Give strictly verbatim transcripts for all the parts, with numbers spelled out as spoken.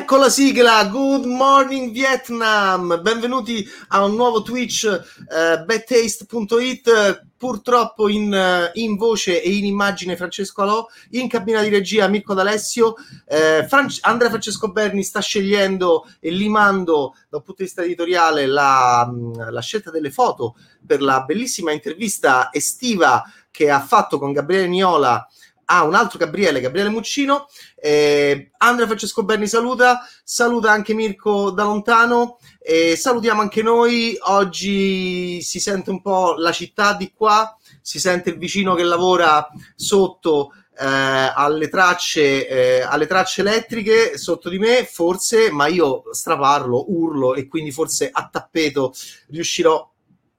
Ecco la sigla, Good Morning Vietnam, benvenuti a un nuovo Twitch, uh, bad taste punto it, purtroppo in, uh, in voce e in immagine Francesco Alò, in cabina di regia Mirko D'Alessio, uh, Fran- Andrea Francesco Berni sta scegliendo e limando da un punto di vista editoriale la, la scelta delle foto per la bellissima intervista estiva che ha fatto con Gabriele Niola a un altro Gabriele, Gabriele Muccino. eh, Andrea Francesco Berni saluta, saluta anche Mirko da lontano, e salutiamo anche noi. Oggi si sente un po' la città di qua, si sente il vicino che lavora sotto eh, alle tracce eh, alle tracce elettriche sotto di me, forse, ma io straparlo, urlo e quindi forse a tappeto riuscirò,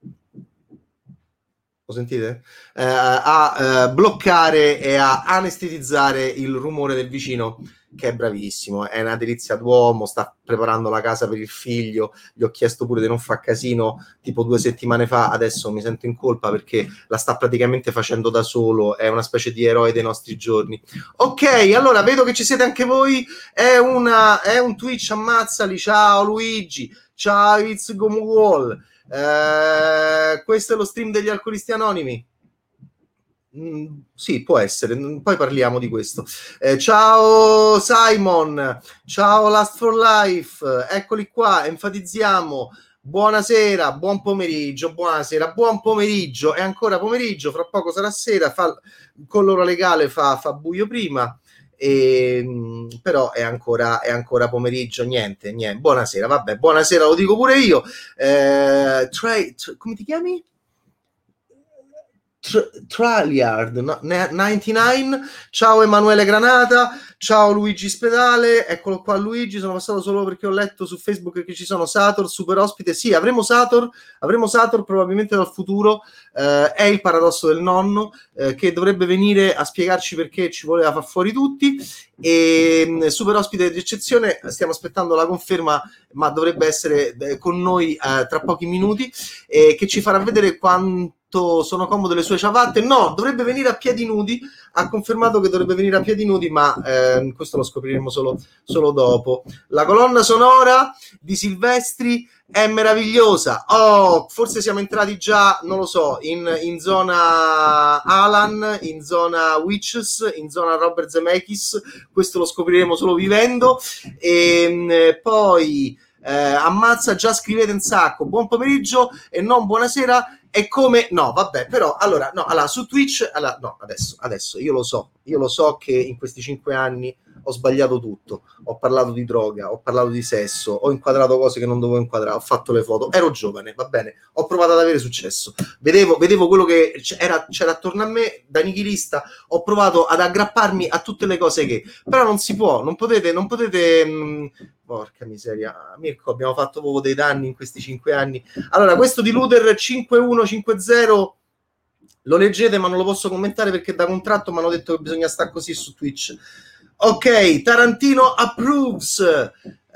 lo sentite? Eh, a eh, bloccare e a anestetizzare il rumore del vicino, che è bravissimo, è una delizia d'uomo, sta preparando la casa per il figlio. Gli ho chiesto pure di non far casino tipo due settimane fa, adesso mi sento in colpa perché la sta praticamente facendo da solo, è una specie di eroe dei nostri giorni. Ok, allora vedo che ci siete anche voi, è, una, è un Twitch ammazzali, ciao Luigi, ciao It's Gomuwall. Eh, questo è lo stream degli alcolisti anonimi. Mm, sì, può essere, poi parliamo di questo. Eh, ciao Simon, ciao Last for Life, eccoli qua, enfatizziamo. Buonasera, buon pomeriggio, buonasera, buon pomeriggio, è ancora pomeriggio, fra poco sarà sera, fa, con l'ora legale fa, fa buio prima. E, però è ancora, è ancora pomeriggio, niente, niente, buonasera, vabbè, buonasera, lo dico pure io. eh, Trey, tra, come ti chiami? Traliard no, novantanove. Ciao Emanuele Granata, ciao Luigi Spedale, eccolo qua Luigi, sono passato solo perché ho letto su Facebook che ci sono Sator, super ospite. Sì, avremo Sator, avremo Sator probabilmente dal futuro. Eh, è il paradosso del nonno, eh, che dovrebbe venire a spiegarci perché ci voleva far fuori tutti. E super ospite d'eccezione, stiamo aspettando la conferma, ma dovrebbe essere eh, con noi eh, tra pochi minuti, eh, che ci farà vedere quanto sono comode le sue ciabatte. No, dovrebbe venire a piedi nudi, ha confermato che dovrebbe venire a piedi nudi, ma eh, questo lo scopriremo solo, solo dopo. La colonna sonora di Silvestri è meravigliosa. Oh, forse siamo entrati già, non lo so, in, in zona Alan, in zona Witches, in zona Robert Zemeckis, questo lo scopriremo solo vivendo. E poi eh, ammazza, già scrivete un sacco, buon pomeriggio e non buonasera. È come, no, vabbè, però, allora, no, allora, su Twitch, allora, no, adesso, adesso, io lo so, io lo so che in questi cinque anni ho sbagliato tutto, ho parlato di droga, ho parlato di sesso, ho inquadrato cose che non dovevo inquadrare, ho fatto le foto, ero giovane, va bene, ho provato ad avere successo, vedevo, vedevo quello che c'era, c'era attorno a me da nichilista, ho provato ad aggrapparmi a tutte le cose che, però non si può, non potete, non potete... Mh, porca miseria, Mirko, abbiamo fatto proprio dei danni in questi cinque anni. Allora, questo di Luther cinque uno cinque zero lo leggete, ma non lo posso commentare perché da contratto mi hanno detto che bisogna stare così su Twitch. Ok, Tarantino approves.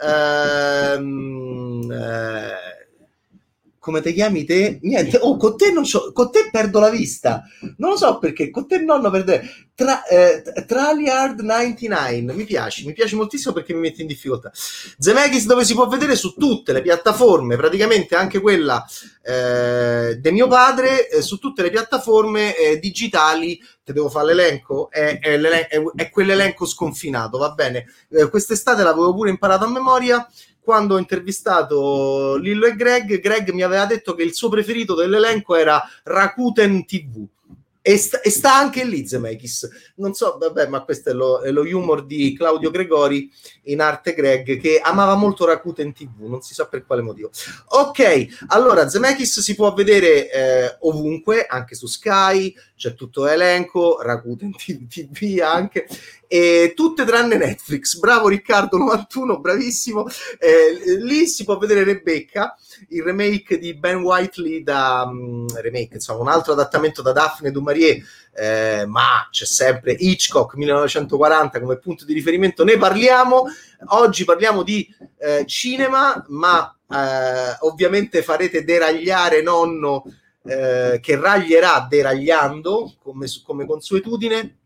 Ehm, eh, come ti chiami te? Niente, oh, con te non c'ho, con te perdo la vista. Non lo so perché, con te nonno perde. Tra, eh, Traliard novantanove, mi piace, mi piace moltissimo perché mi mette in difficoltà. Zemeckis, dove si può vedere su tutte le piattaforme, praticamente anche quella eh, di mio padre, eh, su tutte le piattaforme eh, digitali. Te devo fare l'elenco? È, è, è, è quell'elenco sconfinato, va bene. Eh, quest'estate l'avevo pure imparato a memoria. Quando ho intervistato Lillo e Greg, Greg mi aveva detto che il suo preferito dell'elenco era Rakuten ti vu. E sta, e sta anche lì Zemeckis. Non so, vabbè, ma questo è lo, è lo humor di Claudio Gregori, in arte Greg, che amava molto Rakuten ti vu, non si sa per quale motivo. Ok, allora Zemeckis si può vedere eh, ovunque, anche su Sky, c'è tutto l'elenco, Rakuten ti vu anche, e tutte tranne Netflix. Bravo Riccardo novantuno, bravissimo. Eh, lì si può vedere Rebecca, il remake di Ben Whiteley, da um, remake, insomma, un altro adattamento da Daphne du Maurier, eh, ma c'è sempre Hitchcock millenovecentoquaranta come punto di riferimento. Ne parliamo oggi, parliamo di eh, cinema, ma eh, ovviamente farete deragliare nonno, eh, che raglierà deragliando come, come consuetudine.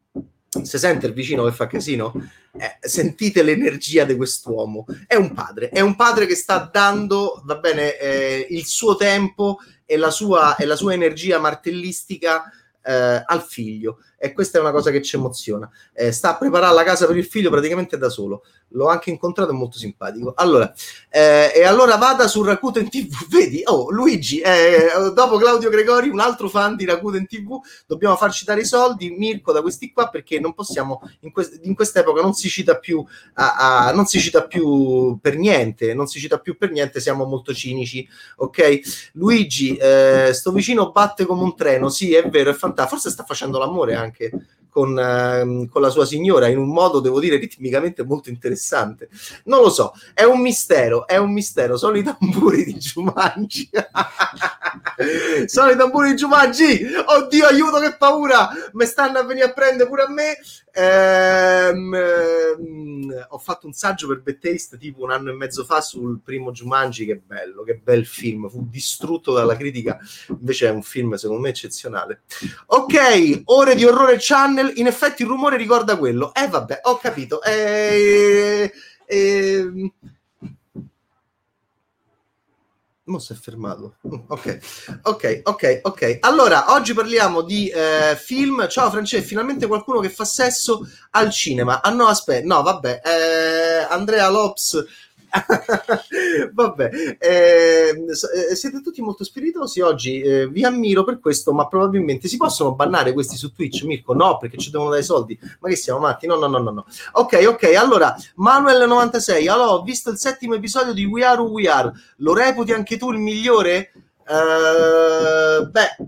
si sente il vicino che fa casino? Eh, sentite l'energia di quest'uomo. È un padre, è un padre che sta dando, va bene, eh, il suo tempo e la sua, e la sua energia martellistica eh, al figlio. E questa è una cosa che ci emoziona. Eh, sta a preparare la casa per il figlio praticamente da solo. L'ho anche incontrato, è molto simpatico. Allora, eh, e allora vada su Rakuten ti vu. Vedi, oh, Luigi, eh, dopo Claudio Gregori, un altro fan di Rakuten ti vu. Dobbiamo farci dare i soldi, Mirko, da questi qua, perché non possiamo, in, quest- in quest'epoca non si cita più a, a, non si cita più per niente, non si cita più per niente, siamo molto cinici, ok? Luigi, eh, sto vicino batte come un treno, sì, è vero, è fantastico, forse sta facendo l'amore anche con, eh, con la sua signora in un modo, devo dire, ritmicamente molto interessante. Non lo so, è un mistero, è un mistero. Sono i tamburi di Jumanji. Sono i tamburi di Jumanji. Oddio, aiuto, che paura! Mi stanno a venire a prendere pure a me. Ehm, ehm, ho fatto un saggio per Bad Taste tipo un anno e mezzo fa sul primo Jumanji. Che bello, che bel film. Fu distrutto dalla critica, invece è un film secondo me eccezionale. Ok, ore di Orrore Channel. In effetti il rumore ricorda quello. Eh vabbè, ho capito. Eh, eh, non si è fermato. Ok, ok, ok, ok. Allora, oggi parliamo di eh, film. Ciao Francesco, finalmente qualcuno che fa sesso al cinema. Ah no, aspetta, no, vabbè. Eh, Andrea Lops. Vabbè, eh, siete tutti molto spiritosi oggi, eh, vi ammiro per questo, ma probabilmente si possono bannare questi su Twitch, Mirko? No, perché ci devono dare i soldi. Ma che siamo matti? No, no, no, no, no. Ok, ok, allora, Manuel novantasei, allora, ho visto il settimo episodio di We Are Who We Are, lo reputi anche tu il migliore? Uh, beh,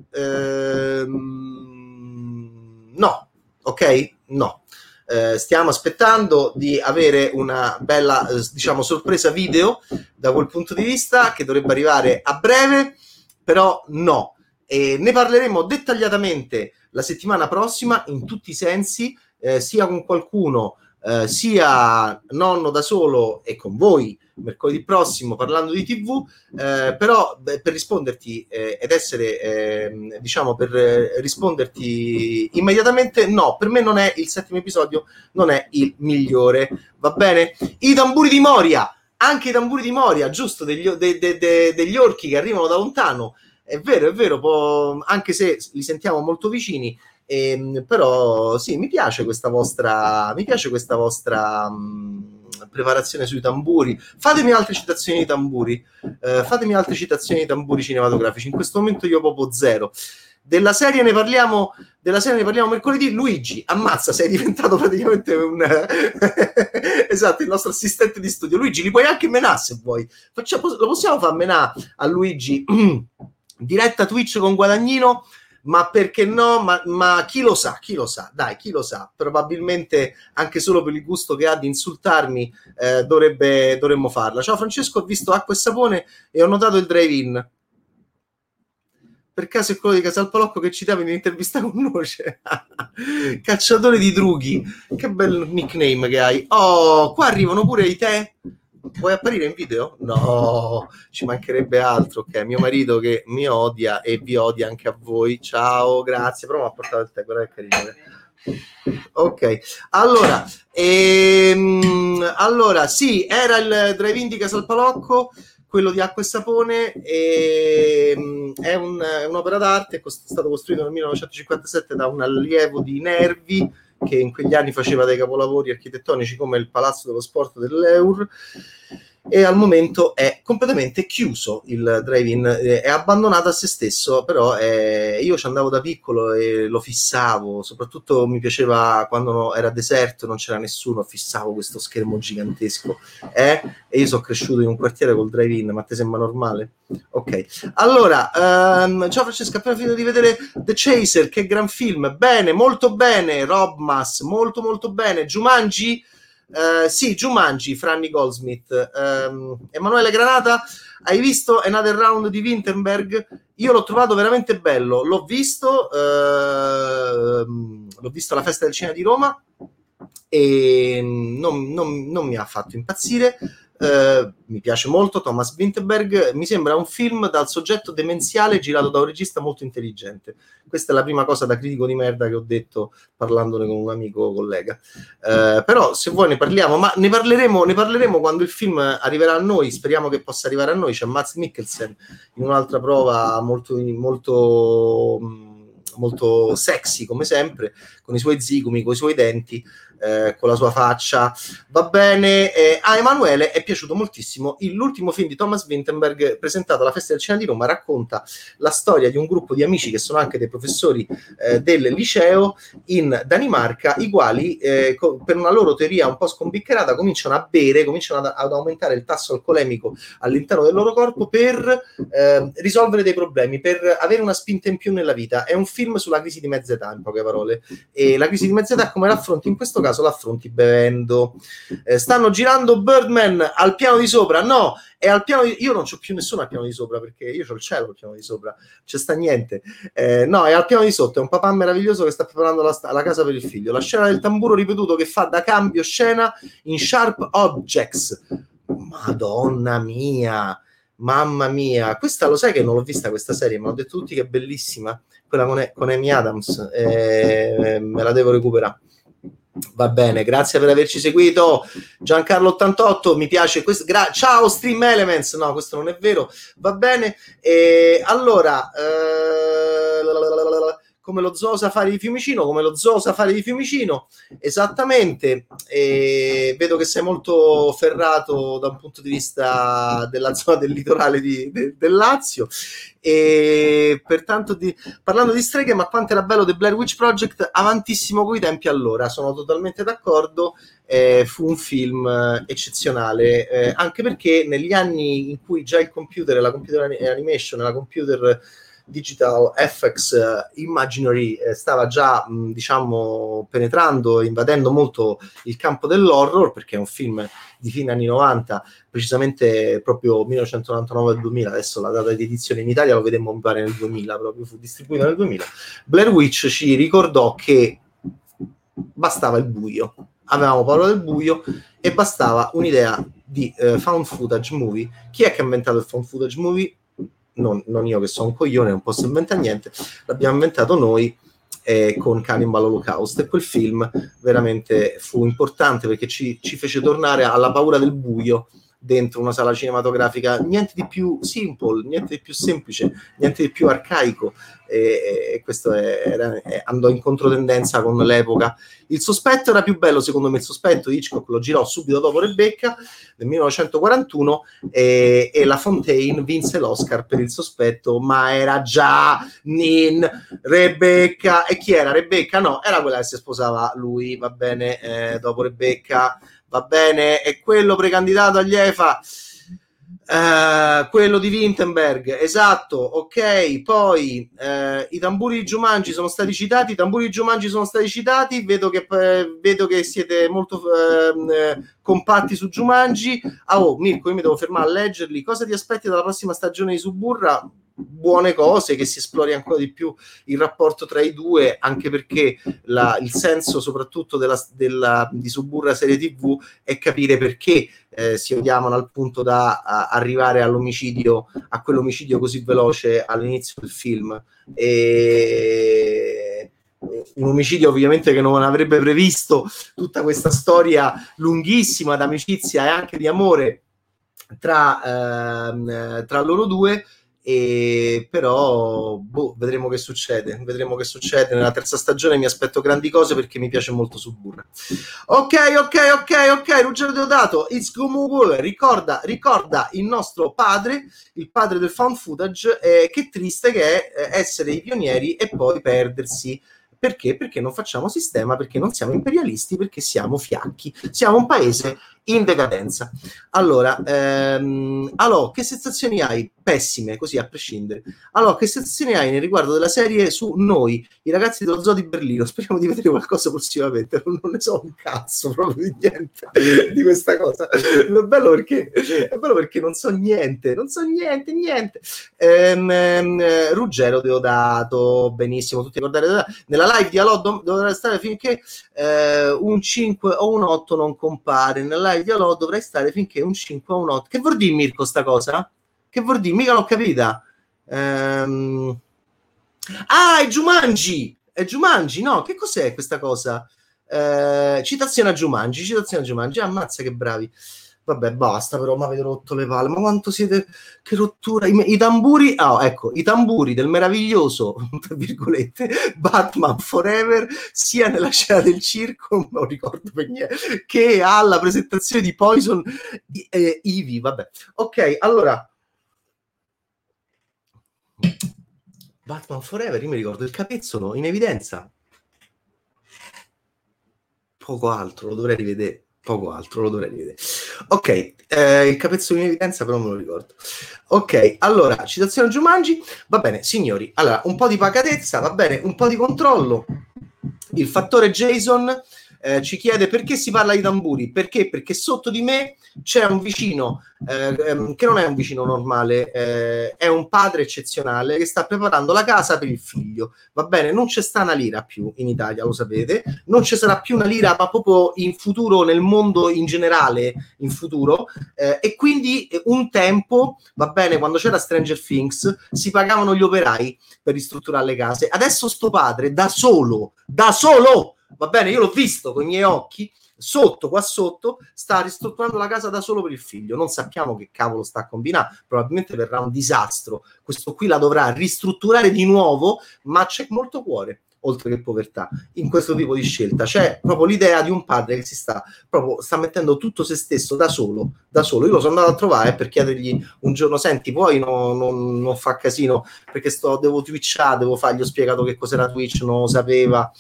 ehm, no, ok? No. Eh, stiamo aspettando di avere una bella, eh, diciamo, sorpresa video da quel punto di vista, che dovrebbe arrivare a breve, però no. E ne parleremo dettagliatamente la settimana prossima in tutti i sensi, eh, sia con qualcuno, eh, sia nonno da solo e con voi mercoledì prossimo parlando di tivù, eh, però beh, per risponderti eh, ed essere eh, diciamo per eh, risponderti immediatamente, no, per me non è il settimo episodio, non è il migliore, va bene? I tamburi di Moria, anche i tamburi di Moria, giusto, degli, de, de, de, degli orchi che arrivano da lontano, è vero, è vero, può, anche se li sentiamo molto vicini, ehm, però sì, mi piace questa vostra mi piace questa vostra mh, preparazione sui tamburi. Fatemi altre citazioni di tamburi, eh, fatemi altre citazioni di tamburi cinematografici. In questo momento io proprio zero. Della serie ne parliamo della serie ne parliamo mercoledì. Luigi, ammazza, sei diventato praticamente un esatto, il nostro assistente di studio. Luigi, li puoi anche menare se vuoi. Facciamo, lo possiamo far menare a Luigi diretta Twitch con guadagnino? Ma perché no? Ma, ma chi lo sa, chi lo sa, dai, chi lo sa, probabilmente anche solo per il gusto che ha di insultarmi eh, dovrebbe, dovremmo farla. Ciao Francesco, ho visto Acqua e Sapone e ho notato il drive-in. Per caso è quello di Casalpalocco che citavi nell'intervista con Noce? Cacciatore di drughi, che bel nickname che hai. Oh, qua arrivano pure i tè. Vuoi apparire in video? No, ci mancherebbe altro. Ok, mio marito che mi odia e vi odia anche a voi. Ciao, grazie. Però mi ha portato il tè, però è carino. Ok, allora, ehm, allora sì, era il drive-in di Casalpalocco, quello di Acqua e Sapone, e, um, è, un, è un'opera d'arte, è stato costruito nel millenovecentocinquantasette da un allievo di Nervi, che in quegli anni faceva dei capolavori architettonici come il Palazzo dello Sport dell'Eur, e al momento è completamente chiuso il drive-in, è abbandonato a se stesso, però è... io ci andavo da piccolo e lo fissavo, soprattutto mi piaceva quando era deserto, non c'era nessuno, fissavo questo schermo gigantesco, eh? E io sono cresciuto in un quartiere col drive-in, ma ti sembra normale? Ok, allora, um, ciao Francesca, appena finito di vedere The Chaser, che gran film, bene, molto bene, Robmas, molto molto bene, Jumanji, Uh, sì, Jumanji, Franny Goldsmith. um, Emanuele Granata, hai visto Another Round di Winterberg? Io l'ho trovato veramente bello, l'ho visto uh, l'ho visto alla Festa del Cinema di Roma e non, non, non mi ha fatto impazzire. eh, mi piace molto. Thomas Vinterberg mi sembra un film dal soggetto demenziale girato da un regista molto intelligente. Questa è la prima cosa da critico di merda che ho detto parlandone con un amico collega. Eh, però se vuoi ne parliamo, ma ne parleremo, ne parleremo quando il film arriverà a noi. Speriamo che possa arrivare a noi. C'è Mads Mikkelsen in un'altra prova molto molto molto sexy come sempre, con i suoi zigomi, con i suoi denti, eh, con la sua faccia. Va bene. Eh, a Emanuele è piaciuto moltissimo il, l'ultimo film di Thomas Vinterberg presentato alla Festa del Cinema di Roma. Racconta la storia di un gruppo di amici che sono anche dei professori eh, del liceo in Danimarca, i quali eh, co- per una loro teoria un po' scombiccherata cominciano a bere, cominciano ad, ad aumentare il tasso alcolemico all'interno del loro corpo per eh, risolvere dei problemi, per avere una spinta in più nella vita. È un film sulla crisi di mezza età, in poche parole, e la crisi di mezza età come l'affronti? In questo caso l'affronti bevendo. Eh, stanno girando Birdman al piano di sopra? No, è al piano di... io non c'ho più nessuno al piano di sopra perché io c'ho il cielo al piano di sopra, c'è sta niente. Eh, no, è al piano di sotto, è un papà meraviglioso che sta preparando la, sta- la casa per il figlio. La scena del tamburo ripetuto che fa da cambio scena in Sharp Objects. Madonna mia, mamma mia, questa lo sai che non l'ho vista questa serie, ma hanno detto tutti che è bellissima, quella con, e- con Amy Adams, eh, me la devo recuperare. Va bene, grazie per averci seguito. Giancarlo ottantotto, mi piace questo. Gra- ciao Stream Elements, no, questo non è vero. Va bene. E allora, eh, come lo Zoo Safari di Fiumicino, come lo Zoo Safari di Fiumicino, esattamente. E vedo che sei molto ferrato da un punto di vista della zona del litorale di, de, del Lazio. E pertanto di, parlando di streghe, ma quanto era bello The Blair Witch Project, avantissimo coi tempi. Allora sono totalmente d'accordo, eh, fu un film eh, eccezionale, eh, anche perché negli anni in cui già il computer e la computer animation, la computer digital effects uh, imaginary eh, stava già mh, diciamo penetrando, invadendo molto il campo dell'horror, perché è un film di fine anni novanta, precisamente proprio millenovecentonovantanove duemila. Adesso la data di edizione in Italia lo vedemmo mi pare nel duemila, proprio fu distribuito nel duemila. Blair Witch ci ricordò che bastava il buio, avevamo paura del buio e bastava un'idea di uh, found footage movie. Chi è che ha inventato il found footage movie? Non, non io che sono un coglione, non posso inventare niente, l'abbiamo inventato noi eh, con Cannibal Holocaust, e quel film veramente fu importante perché ci, ci fece tornare alla paura del buio dentro una sala cinematografica. Niente di più simple, niente di più semplice, niente di più arcaico, e, e questo è, era, è, andò in controtendenza con l'epoca. Il Sospetto era più bello, secondo me. Il Sospetto Hitchcock lo girò subito dopo Rebecca nel millenovecentoquarantuno, e, e La Fontaine vinse l'Oscar per Il Sospetto, ma era già in Rebecca. E chi era Rebecca? No, era quella che si sposava lui, va bene, eh, dopo Rebecca, va bene, e quello precandidato agli E F A, Uh, quello di Vinterberg, esatto, ok. Poi uh, i tamburi di Jumanji sono stati citati, i tamburi di Jumanji sono stati citati, vedo che, uh, vedo che siete molto uh, compatti su Jumanji. Ah, oh, Mirko, io mi devo fermare a leggerli. Cosa ti aspetti dalla prossima stagione di Suburra? Buone cose, che si esplori ancora di più il rapporto tra i due, anche perché la, il senso soprattutto della, della, di Suburra serie tivù è capire perché eh, si odiavano al punto da a, arrivare all'omicidio, a quell'omicidio così veloce all'inizio del film. E un omicidio ovviamente che non avrebbe previsto tutta questa storia lunghissima d'amicizia e anche di amore tra, ehm, tra loro due. E però boh, vedremo che succede vedremo che succede nella terza stagione. Mi aspetto grandi cose perché mi piace molto Suburra. Ok, ok, ok, ok. Ruggero Deodato, It's Google, ricorda, ricorda il nostro padre, il padre del found footage. Eh, che triste che è eh, essere i pionieri e poi perdersi. Perché? Perché non facciamo sistema, perché non siamo imperialisti, perché siamo fiacchi, siamo un paese in decadenza. Allora, ehm, allora, che sensazioni hai? Pessime, così a prescindere. Allora, che sensazioni hai nel riguardo della serie su Noi, i ragazzi dello zoo di Berlino? Speriamo di vedere qualcosa prossimamente. Non, non ne so un cazzo proprio di niente di questa cosa. È bello perché, è bello perché non so niente, non so niente, niente. Ehm, ehm, Ruggero Deodato, benissimo, tutti ricordate nella live di Alò dovrà stare finché eh, un cinque o un otto non compare. Nella live taglialo, dovrai stare finché un cinque o un otto. Che vuol dire, Mirko, sta cosa? Che vuol dire? Mica l'ho capita. Ehm... Ah, è Jumanji! È Jumanji, no? Che cos'è questa cosa? Eh, citazione a Jumanji, citazione a Jumanji. Ammazza che bravi. Vabbè, basta, però mi avete rotto le palle. Ma quanto siete... Che rottura. I, i tamburi... Ah, ecco, i tamburi del meraviglioso, tra virgolette, Batman Forever, sia nella scena del circo, non me lo ricordo per niente, che alla presentazione di Poison eh, Ivy. Vabbè. Ok, allora... Batman Forever, io mi ricordo il capezzolo in evidenza. Poco altro, lo dovrei rivedere. Poco altro, lo dovrei rivedere. Ok, eh, il capezzolo in evidenza però me lo ricordo. Ok, allora, citazione a Jumanji. Va bene, signori. Allora, un po' di pacatezza, va bene, un po' di controllo. Il fattore Jason eh, ci chiede perché si parla di tamburi. Perché? Perché sotto di me c'è un vicino eh, che non è un vicino normale, eh, è un padre eccezionale che sta preparando la casa per il figlio. Va bene, non c'è sta una lira più in Italia, lo sapete, non ci sarà più una lira, ma proprio in futuro, nel mondo in generale, in futuro, eh, e quindi un tempo, va bene, quando c'era Stranger Things, si pagavano gli operai per ristrutturare le case. Adesso sto padre, da solo, da solo, va bene, io l'ho visto con i miei occhi, sotto, qua sotto, sta ristrutturando la casa da solo per il figlio. Non sappiamo che cavolo sta a combinare, probabilmente verrà un disastro. Questo qui la dovrà ristrutturare di nuovo, ma c'è molto cuore, oltre che povertà, in questo tipo di scelta. C'è proprio l'idea di un padre che si sta proprio sta mettendo tutto se stesso da solo, da solo. Io lo sono andato a trovare per chiedergli un giorno: senti, poi non, non, non fa casino perché sto, devo twitchare, devo fargli ho spiegato che cos'era Twitch, non lo sapeva.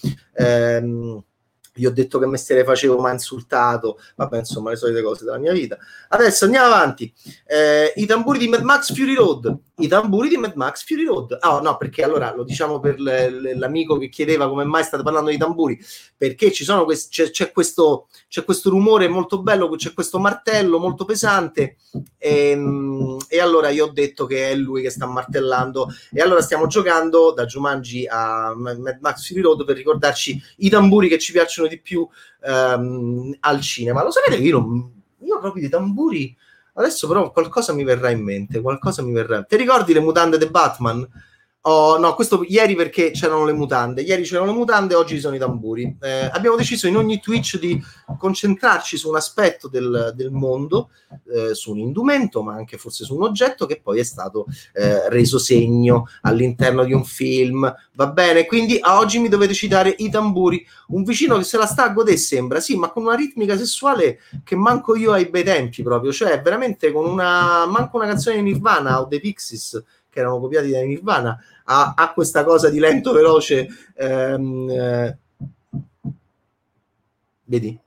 Ehm, gli ho detto che mestiere facevo, ma insultato. Vabbè, insomma, le solite cose della mia vita. Adesso andiamo avanti. Eh, i tamburi di Mad Max Fury Road. I tamburi di Mad Max Fury Road. Oh, no, perché allora lo diciamo per le, l'amico che chiedeva come mai state parlando di tamburi. Perché ci sono quest- c'è, c'è, questo, c'è questo rumore molto bello, c'è questo martello molto pesante. E, e allora io ho detto che è lui che sta martellando. E allora stiamo giocando da Jumanji a Mad Max Fury Road per ricordarci i tamburi che ci piacciono di più um, al cinema. Lo sapete che io, non, io proprio di tamburi adesso però qualcosa mi verrà in mente, qualcosa mi verrà. Ti ricordi le mutande di Batman? Oh, no, questo ieri perché c'erano le mutande. Ieri c'erano le mutande, oggi ci sono i tamburi. Eh, abbiamo deciso in ogni Twitch di concentrarci su un aspetto del, del mondo, eh, su un indumento, ma anche forse su un oggetto che poi è stato eh, reso segno all'interno di un film. Va bene? Quindi a oggi mi dovete citare i tamburi. Un vicino che se la sta a godere sembra, sì, ma con una ritmica sessuale che manco io ai bei tempi proprio. Cioè, veramente con una... manco una canzone di Nirvana o dei Pixies, che erano copiati da Nirvana, ha, ha questa cosa di lento veloce, ehm, eh, vedi?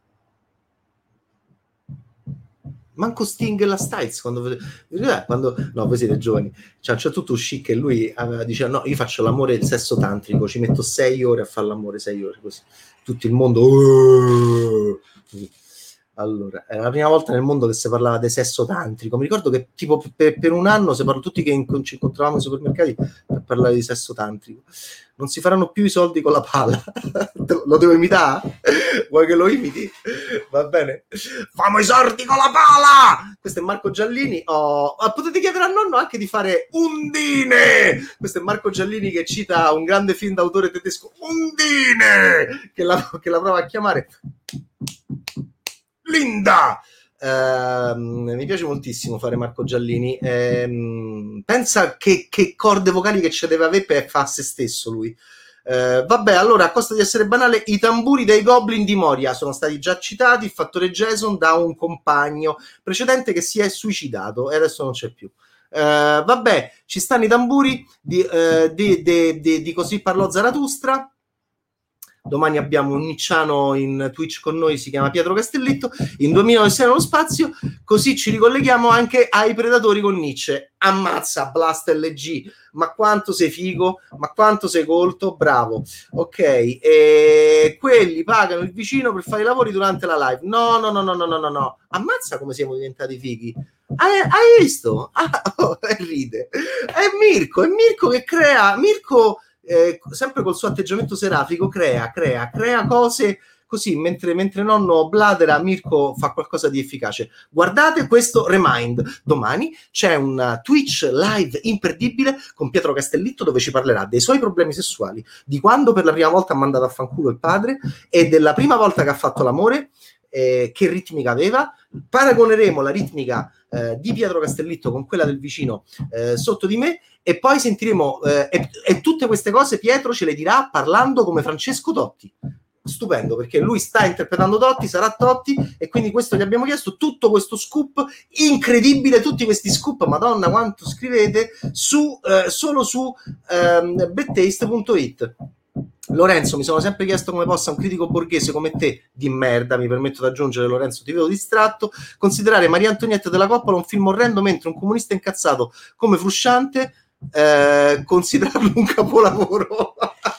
Manco Sting e la Styles quando, eh, quando no, voi siete giovani, cioè, c'è tutto chic e lui aveva, diceva no, io faccio l'amore e il sesso tantrico, ci metto sei ore a fare l'amore, sei ore così, tutto il mondo uh, allora, era la prima volta nel mondo che si parlava di sesso tantrico. Mi ricordo che tipo per, per un anno si parlò tutti che in, ci incontravamo ai supermercati per parlare di sesso tantrico. Non si faranno più i soldi con la pala. Lo devo imitare? Vuoi che lo imiti? Va bene. Famo i soldi con la pala! Questo è Marco Giallini. Oh, potete chiedere al nonno anche di fare Undine! Questo è Marco Giallini che cita un grande film d'autore tedesco, Undine! Che la, che la prova a chiamare Linda! Uh, mi piace moltissimo fare Marco Giallini. Uh, pensa che, che corde vocali che ci deve avere per fa a se stesso lui. Uh, vabbè, allora, a costo di essere banale, i tamburi dei Goblin di Moria sono stati già citati. Il fattore Jason da un compagno precedente che si è suicidato e adesso non c'è più. Uh, vabbè, ci stanno i tamburi di, uh, di, di, di, di Così parlò Zarathustra. Domani abbiamo un nicciano in Twitch con noi, si chiama Pietro Castellitto, in duemilanovesei nello spazio, così ci ricolleghiamo anche ai Predatori con Nietzsche. Ammazza, Blast L G, ma quanto sei figo, ma quanto sei colto, bravo. Ok, e quelli pagano il vicino per fare i lavori durante la live. No, no, no, no, no, no, no, no. Ammazza come siamo diventati fighi. Hai, hai visto? Ah, oh, ride. È Mirko, è Mirko che crea, Mirko... Eh, sempre col suo atteggiamento serafico crea, crea, crea cose così mentre, mentre nonno bladera, Mirko fa qualcosa di efficace. Guardate questo remind, domani c'è un Twitch live imperdibile con Pietro Castellitto dove ci parlerà dei suoi problemi sessuali, di quando per la prima volta ha mandato a fanculo il padre e della prima volta che ha fatto l'amore, eh, che ritmica aveva. Paragoneremo la ritmica eh, di Pietro Castellitto con quella del vicino eh, sotto di me e poi sentiremo eh, e, e tutte queste cose Pietro ce le dirà parlando come Francesco Totti. Stupendo, perché lui sta interpretando Totti, sarà Totti, e quindi questo gli abbiamo chiesto, tutto questo scoop incredibile, tutti questi scoop, madonna quanto scrivete, su eh, solo su ehm, bettaste punto it. Lorenzo, mi sono sempre chiesto come possa un critico borghese come te, di merda, mi permetto di aggiungere, Lorenzo, ti vedo distratto, considerare Maria Antonietta della Coppola un film orrendo, mentre un comunista incazzato come Frusciante eh, considerarlo un capolavoro.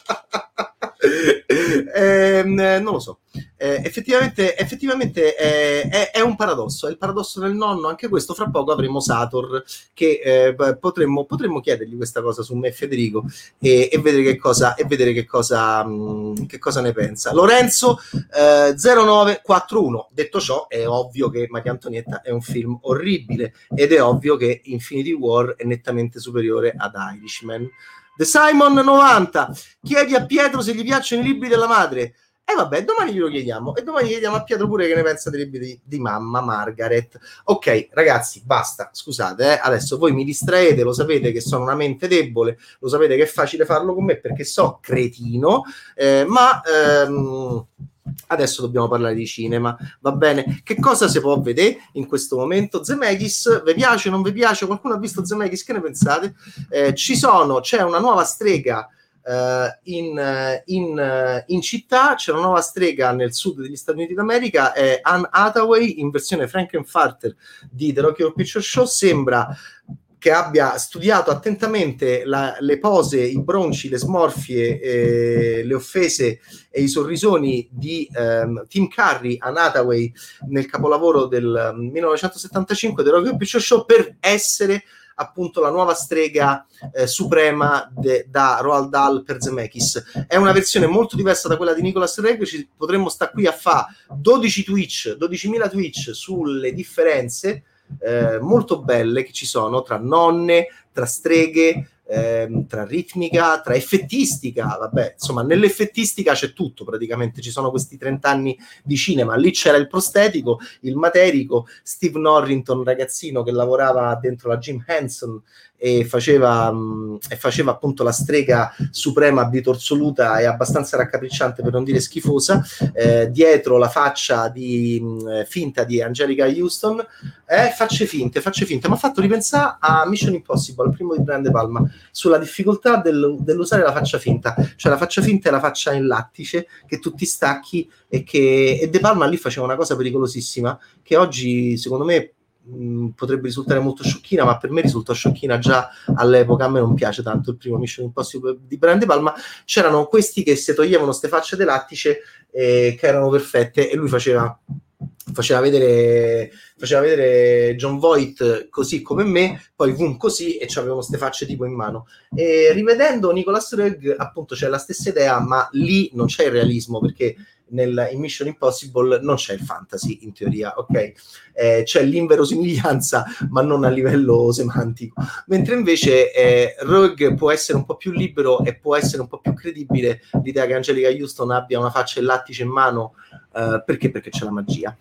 eh, non lo so, eh, effettivamente, effettivamente eh, è, è un paradosso, è il paradosso del nonno. Anche questo, fra poco avremo Sator che eh, potremmo, potremmo chiedergli questa cosa su me e Federico e, e vedere che cosa e vedere che cosa, mh, che cosa ne pensa Lorenzo. eh, zero nove quattro uno. Detto ciò, è ovvio che Maria Antonietta è un film orribile ed è ovvio che Infinity War è nettamente superiore ad Irishman. The Simon novanta, chiedi a Pietro se gli piacciono i libri della madre. E eh vabbè, domani glielo chiediamo. E domani chiediamo a Pietro pure che ne pensa dei libri di, di mamma Margaret. Ok, ragazzi, basta. Scusate, eh. Adesso voi mi distraete, lo sapete che sono una mente debole, lo sapete che è facile farlo con me perché so cretino, eh, ma... Ehm, adesso dobbiamo parlare di cinema, va bene? Che cosa si può vedere in questo momento? Zemeckis, vi piace, non vi piace? Qualcuno ha visto Zemeckis? Che ne pensate? Eh, ci sono, c'è una nuova strega uh, in, in, in città, c'è una nuova strega nel sud degli Stati Uniti d'America, è Anne Hathaway in versione Frankenfarter di The Rocky Horror Picture Show. Sembra che abbia studiato attentamente la, le pose, i bronci, le smorfie, eh, le offese e i sorrisoni di ehm, Tim Curry, Anne Hathaway, nel capolavoro del millenovecentosettantacinque del Rocky Horror Picture Show, per essere appunto la nuova strega eh, suprema de, da Roald Dahl per Zemeckis. È una versione molto diversa da quella di Nicolas Roeg. Ci potremmo stare qui a fare dodici Twitch, dodicimila Twitch sulle differenze Eh, molto belle che ci sono tra nonne, tra streghe, ehm, tra ritmica, tra effettistica. Vabbè, insomma, nell'effettistica c'è tutto praticamente. Ci sono questi trenta anni di cinema. Lì c'era il prostetico, il materico, Steve Norrington, ragazzino che lavorava dentro la Jim Henson e faceva, mh, e faceva appunto la strega suprema bitorzoluta e abbastanza raccapricciante, per non dire schifosa, eh, dietro la faccia di mh, finta di Angelica Houston, eh, facce finte, facce finte, mi ha fatto ripensare a Mission Impossible, il primo di Brian De Palma, sulla difficoltà del, dell'usare la faccia finta, cioè la faccia finta è la faccia in lattice che tu ti stacchi e che e De Palma lì faceva una cosa pericolosissima che oggi secondo me mh, potrebbe risultare molto sciocchina, ma per me risulta sciocchina già all'epoca. A me non piace tanto il primo Mission Impossible di Brian De Palma. C'erano questi che si toglievano ste facce de lattice eh, che erano perfette e lui faceva faceva vedere faceva vedere John Voight così come me, poi boom così, e c'avevano ste facce tipo in mano. E rivedendo Nicolas Roeg appunto c'è la stessa idea, ma lì non c'è il realismo, perché nel, in Mission Impossible non c'è il fantasy in teoria, ok? Eh, c'è l'inverosimiglianza ma non a livello semantico, mentre invece eh, Roeg può essere un po' più libero e può essere un po' più credibile l'idea che Angelica Houston abbia una faccia in lattice in mano, uh, perché? Perché c'è la magia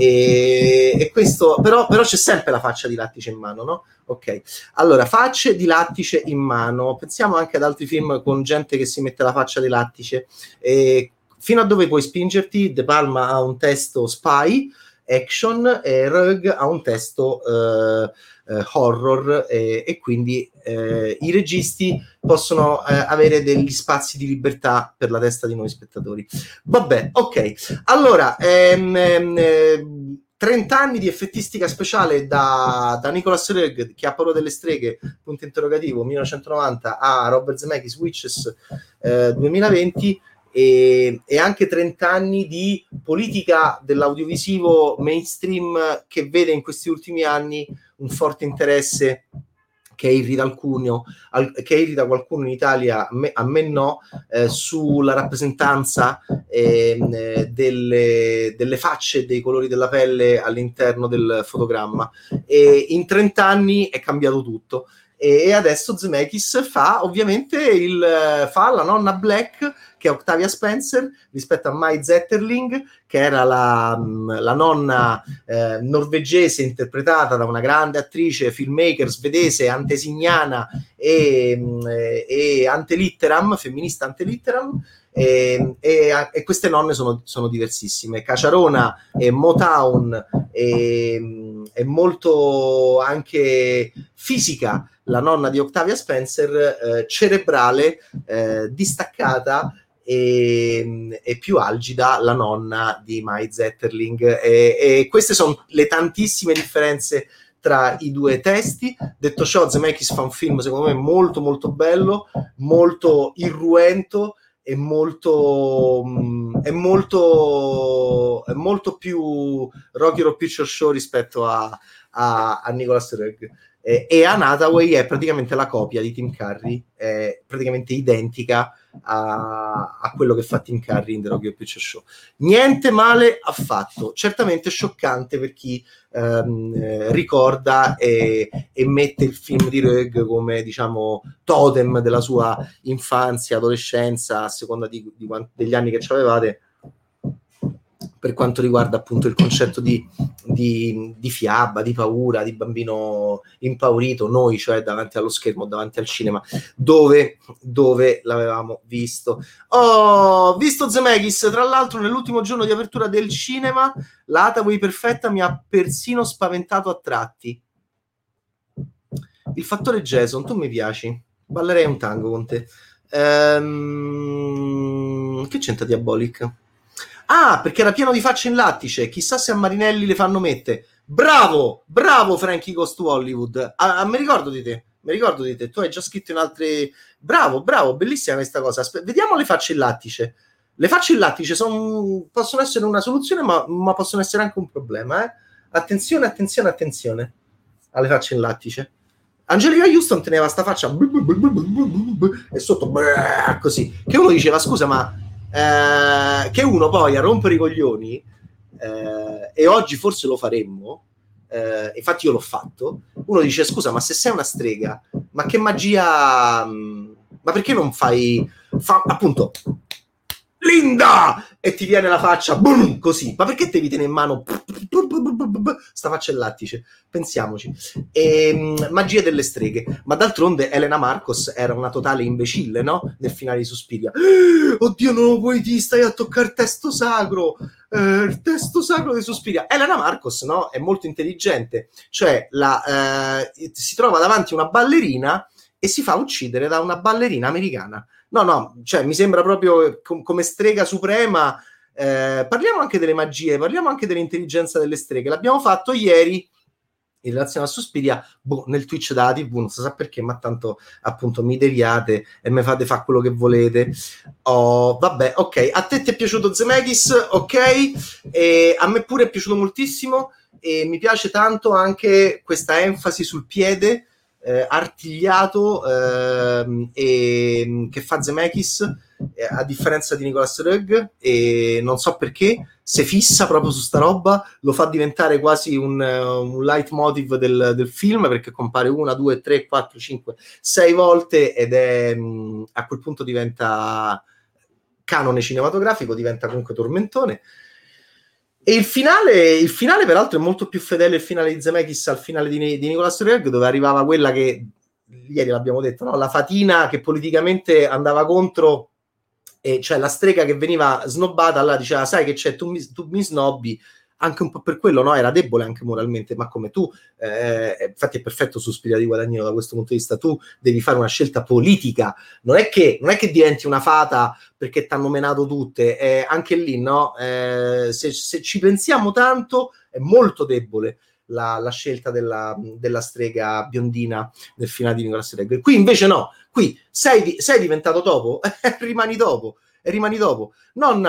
e, e questo però, però c'è sempre la faccia di lattice in mano, no? Ok, allora facce di lattice in mano, pensiamo anche ad altri film con gente che si mette la faccia di lattice. E fino a dove puoi spingerti? De Palma ha un testo spy, action, e Roeg ha un testo uh, uh, horror, e, e quindi uh, i registi possono uh, avere degli spazi di libertà per la testa di noi spettatori. Vabbè, ok. Allora, ehm, ehm, trenta anni di effettistica speciale da, da Nicolas Roeg, che ha paura delle streghe, punto interrogativo, millenovecentonovanta, a Robert Zemeckis, Witches, eh, duemilaventi, e, e anche trenta anni di politica dell'audiovisivo mainstream che vede in questi ultimi anni un forte interesse che irrita alcuno, al, che irrita qualcuno in Italia, a me, a me no, eh, sulla rappresentanza eh, delle, delle facce e dei colori della pelle all'interno del fotogramma. E in trenta anni è cambiato tutto. E adesso Zemeckis fa ovviamente il, fa la nonna Black, che è Octavia Spencer, rispetto a Mai Zetterling, che era la, la nonna eh, norvegese interpretata da una grande attrice, filmmaker svedese, antesignana e, e antelitteram, femminista antelitteram. E, e, e queste nonne sono, sono diversissime. Caciarona e Motown e, e molto anche fisica la nonna di Octavia Spencer, eh, cerebrale, eh, distaccata e, e più algida la nonna di Mai Zetterling. E, e queste sono le tantissime differenze tra i due testi. Detto ciò, Zemeckis fa un film secondo me molto molto bello, molto irruento e molto è molto è molto più Rocky Horror Picture Show rispetto a, a, a Nicholas Roeg. Eh, e Anne Hathaway è praticamente la copia di Tim Curry, è praticamente identica a, a quello che fa Tim Curry in The Rocky Horror Picture Show. Niente male affatto, certamente scioccante per chi ehm, eh, ricorda e, e mette il film di Roeg come, diciamo, totem della sua infanzia, adolescenza, a seconda di, di quanti, degli anni che ci avevate, per quanto riguarda appunto il concetto di, di, di fiaba, di paura, di bambino impaurito, noi, cioè davanti allo schermo, davanti al cinema, dove, dove l'avevamo visto. Ho visto Zemeckis, tra l'altro nell'ultimo giorno di apertura del cinema, la Hathaway perfetta mi ha persino spaventato a tratti. Il fattore Jason, tu mi piaci, ballerei un tango con te. Ehm, che c'entra Diabolic? Ah, perché era pieno di facce in lattice. Chissà se a Marinelli le fanno mettere. Bravo, bravo Frankie Goes to Hollywood. Ah, ah, mi ricordo di te, mi ricordo di te. Tu hai già scritto in altre... Bravo, bravo, bellissima questa cosa. Aspe- vediamo le facce in lattice. Le facce in lattice son... possono essere una soluzione, ma, ma possono essere anche un problema. Eh? Attenzione, attenzione, attenzione alle facce in lattice. Angelica Houston teneva sta faccia e sotto così. Che uno diceva, scusa, ma... Eh, che uno poi a rompere i coglioni eh, e oggi forse lo faremmo, eh, infatti io l'ho fatto, uno dice scusa ma se sei una strega ma che magia, mh, ma perché non fai fa, appunto Linda e ti viene la faccia boom, così, ma perché devi tenere in mano sta faccia in lattice? Pensiamoci. E, mh, magie delle streghe, ma d'altronde Elena Marcos era una totale imbecille, no? Nel finale di Suspiria. Oddio, non lo puoi dire, stai a toccare il testo sacro, eh, il testo sacro di Suspiria. Elena Marcos, no? È molto intelligente, cioè la, eh, si trova davanti a una ballerina e si fa uccidere da una ballerina americana. No, no, cioè mi sembra proprio com- come strega suprema. Eh, parliamo anche delle magie, parliamo anche dell'intelligenza delle streghe. L'abbiamo fatto ieri in relazione a Suspiria, boh, nel Twitch della tivù, non si sa perché, ma tanto appunto mi deviate e mi fate fare quello che volete. Oh, vabbè, ok, a te ti è piaciuto Zemeckis, ok, e a me pure è piaciuto moltissimo e mi piace tanto anche questa enfasi sul piede eh, artigliato eh, e che fa Zemeckis, eh, a differenza di Nicholas Roeg, e non so perché se fissa proprio su sta roba, lo fa diventare quasi un, uh, un leitmotiv del, del film, perché compare una, due, tre, quattro, cinque, sei volte ed è mh, a quel punto diventa canone cinematografico, diventa comunque tormentone. E il finale, il finale peraltro è molto più fedele il finale di Zemeckis al finale di, di Nicholas Roeg, dove arrivava quella che ieri l'abbiamo detto, no? La fatina che politicamente andava contro, e cioè la strega che veniva snobbata, allora diceva sai che c'è, tu mi, tu mi snobbi, anche un po' per quello, no? Era debole anche moralmente, ma come tu, eh, infatti è perfetto Suspiria di Guadagnino da questo punto di vista, tu devi fare una scelta politica, non è che, non è che diventi una fata perché ti hanno menato tutte, eh, anche lì, no? Eh, se, se ci pensiamo tanto è molto debole la, la scelta della, della strega biondina nel finale di Nicolas Roeg. Qui invece no, qui sei, sei diventato topo, rimani topo, e rimani dopo. Nonna,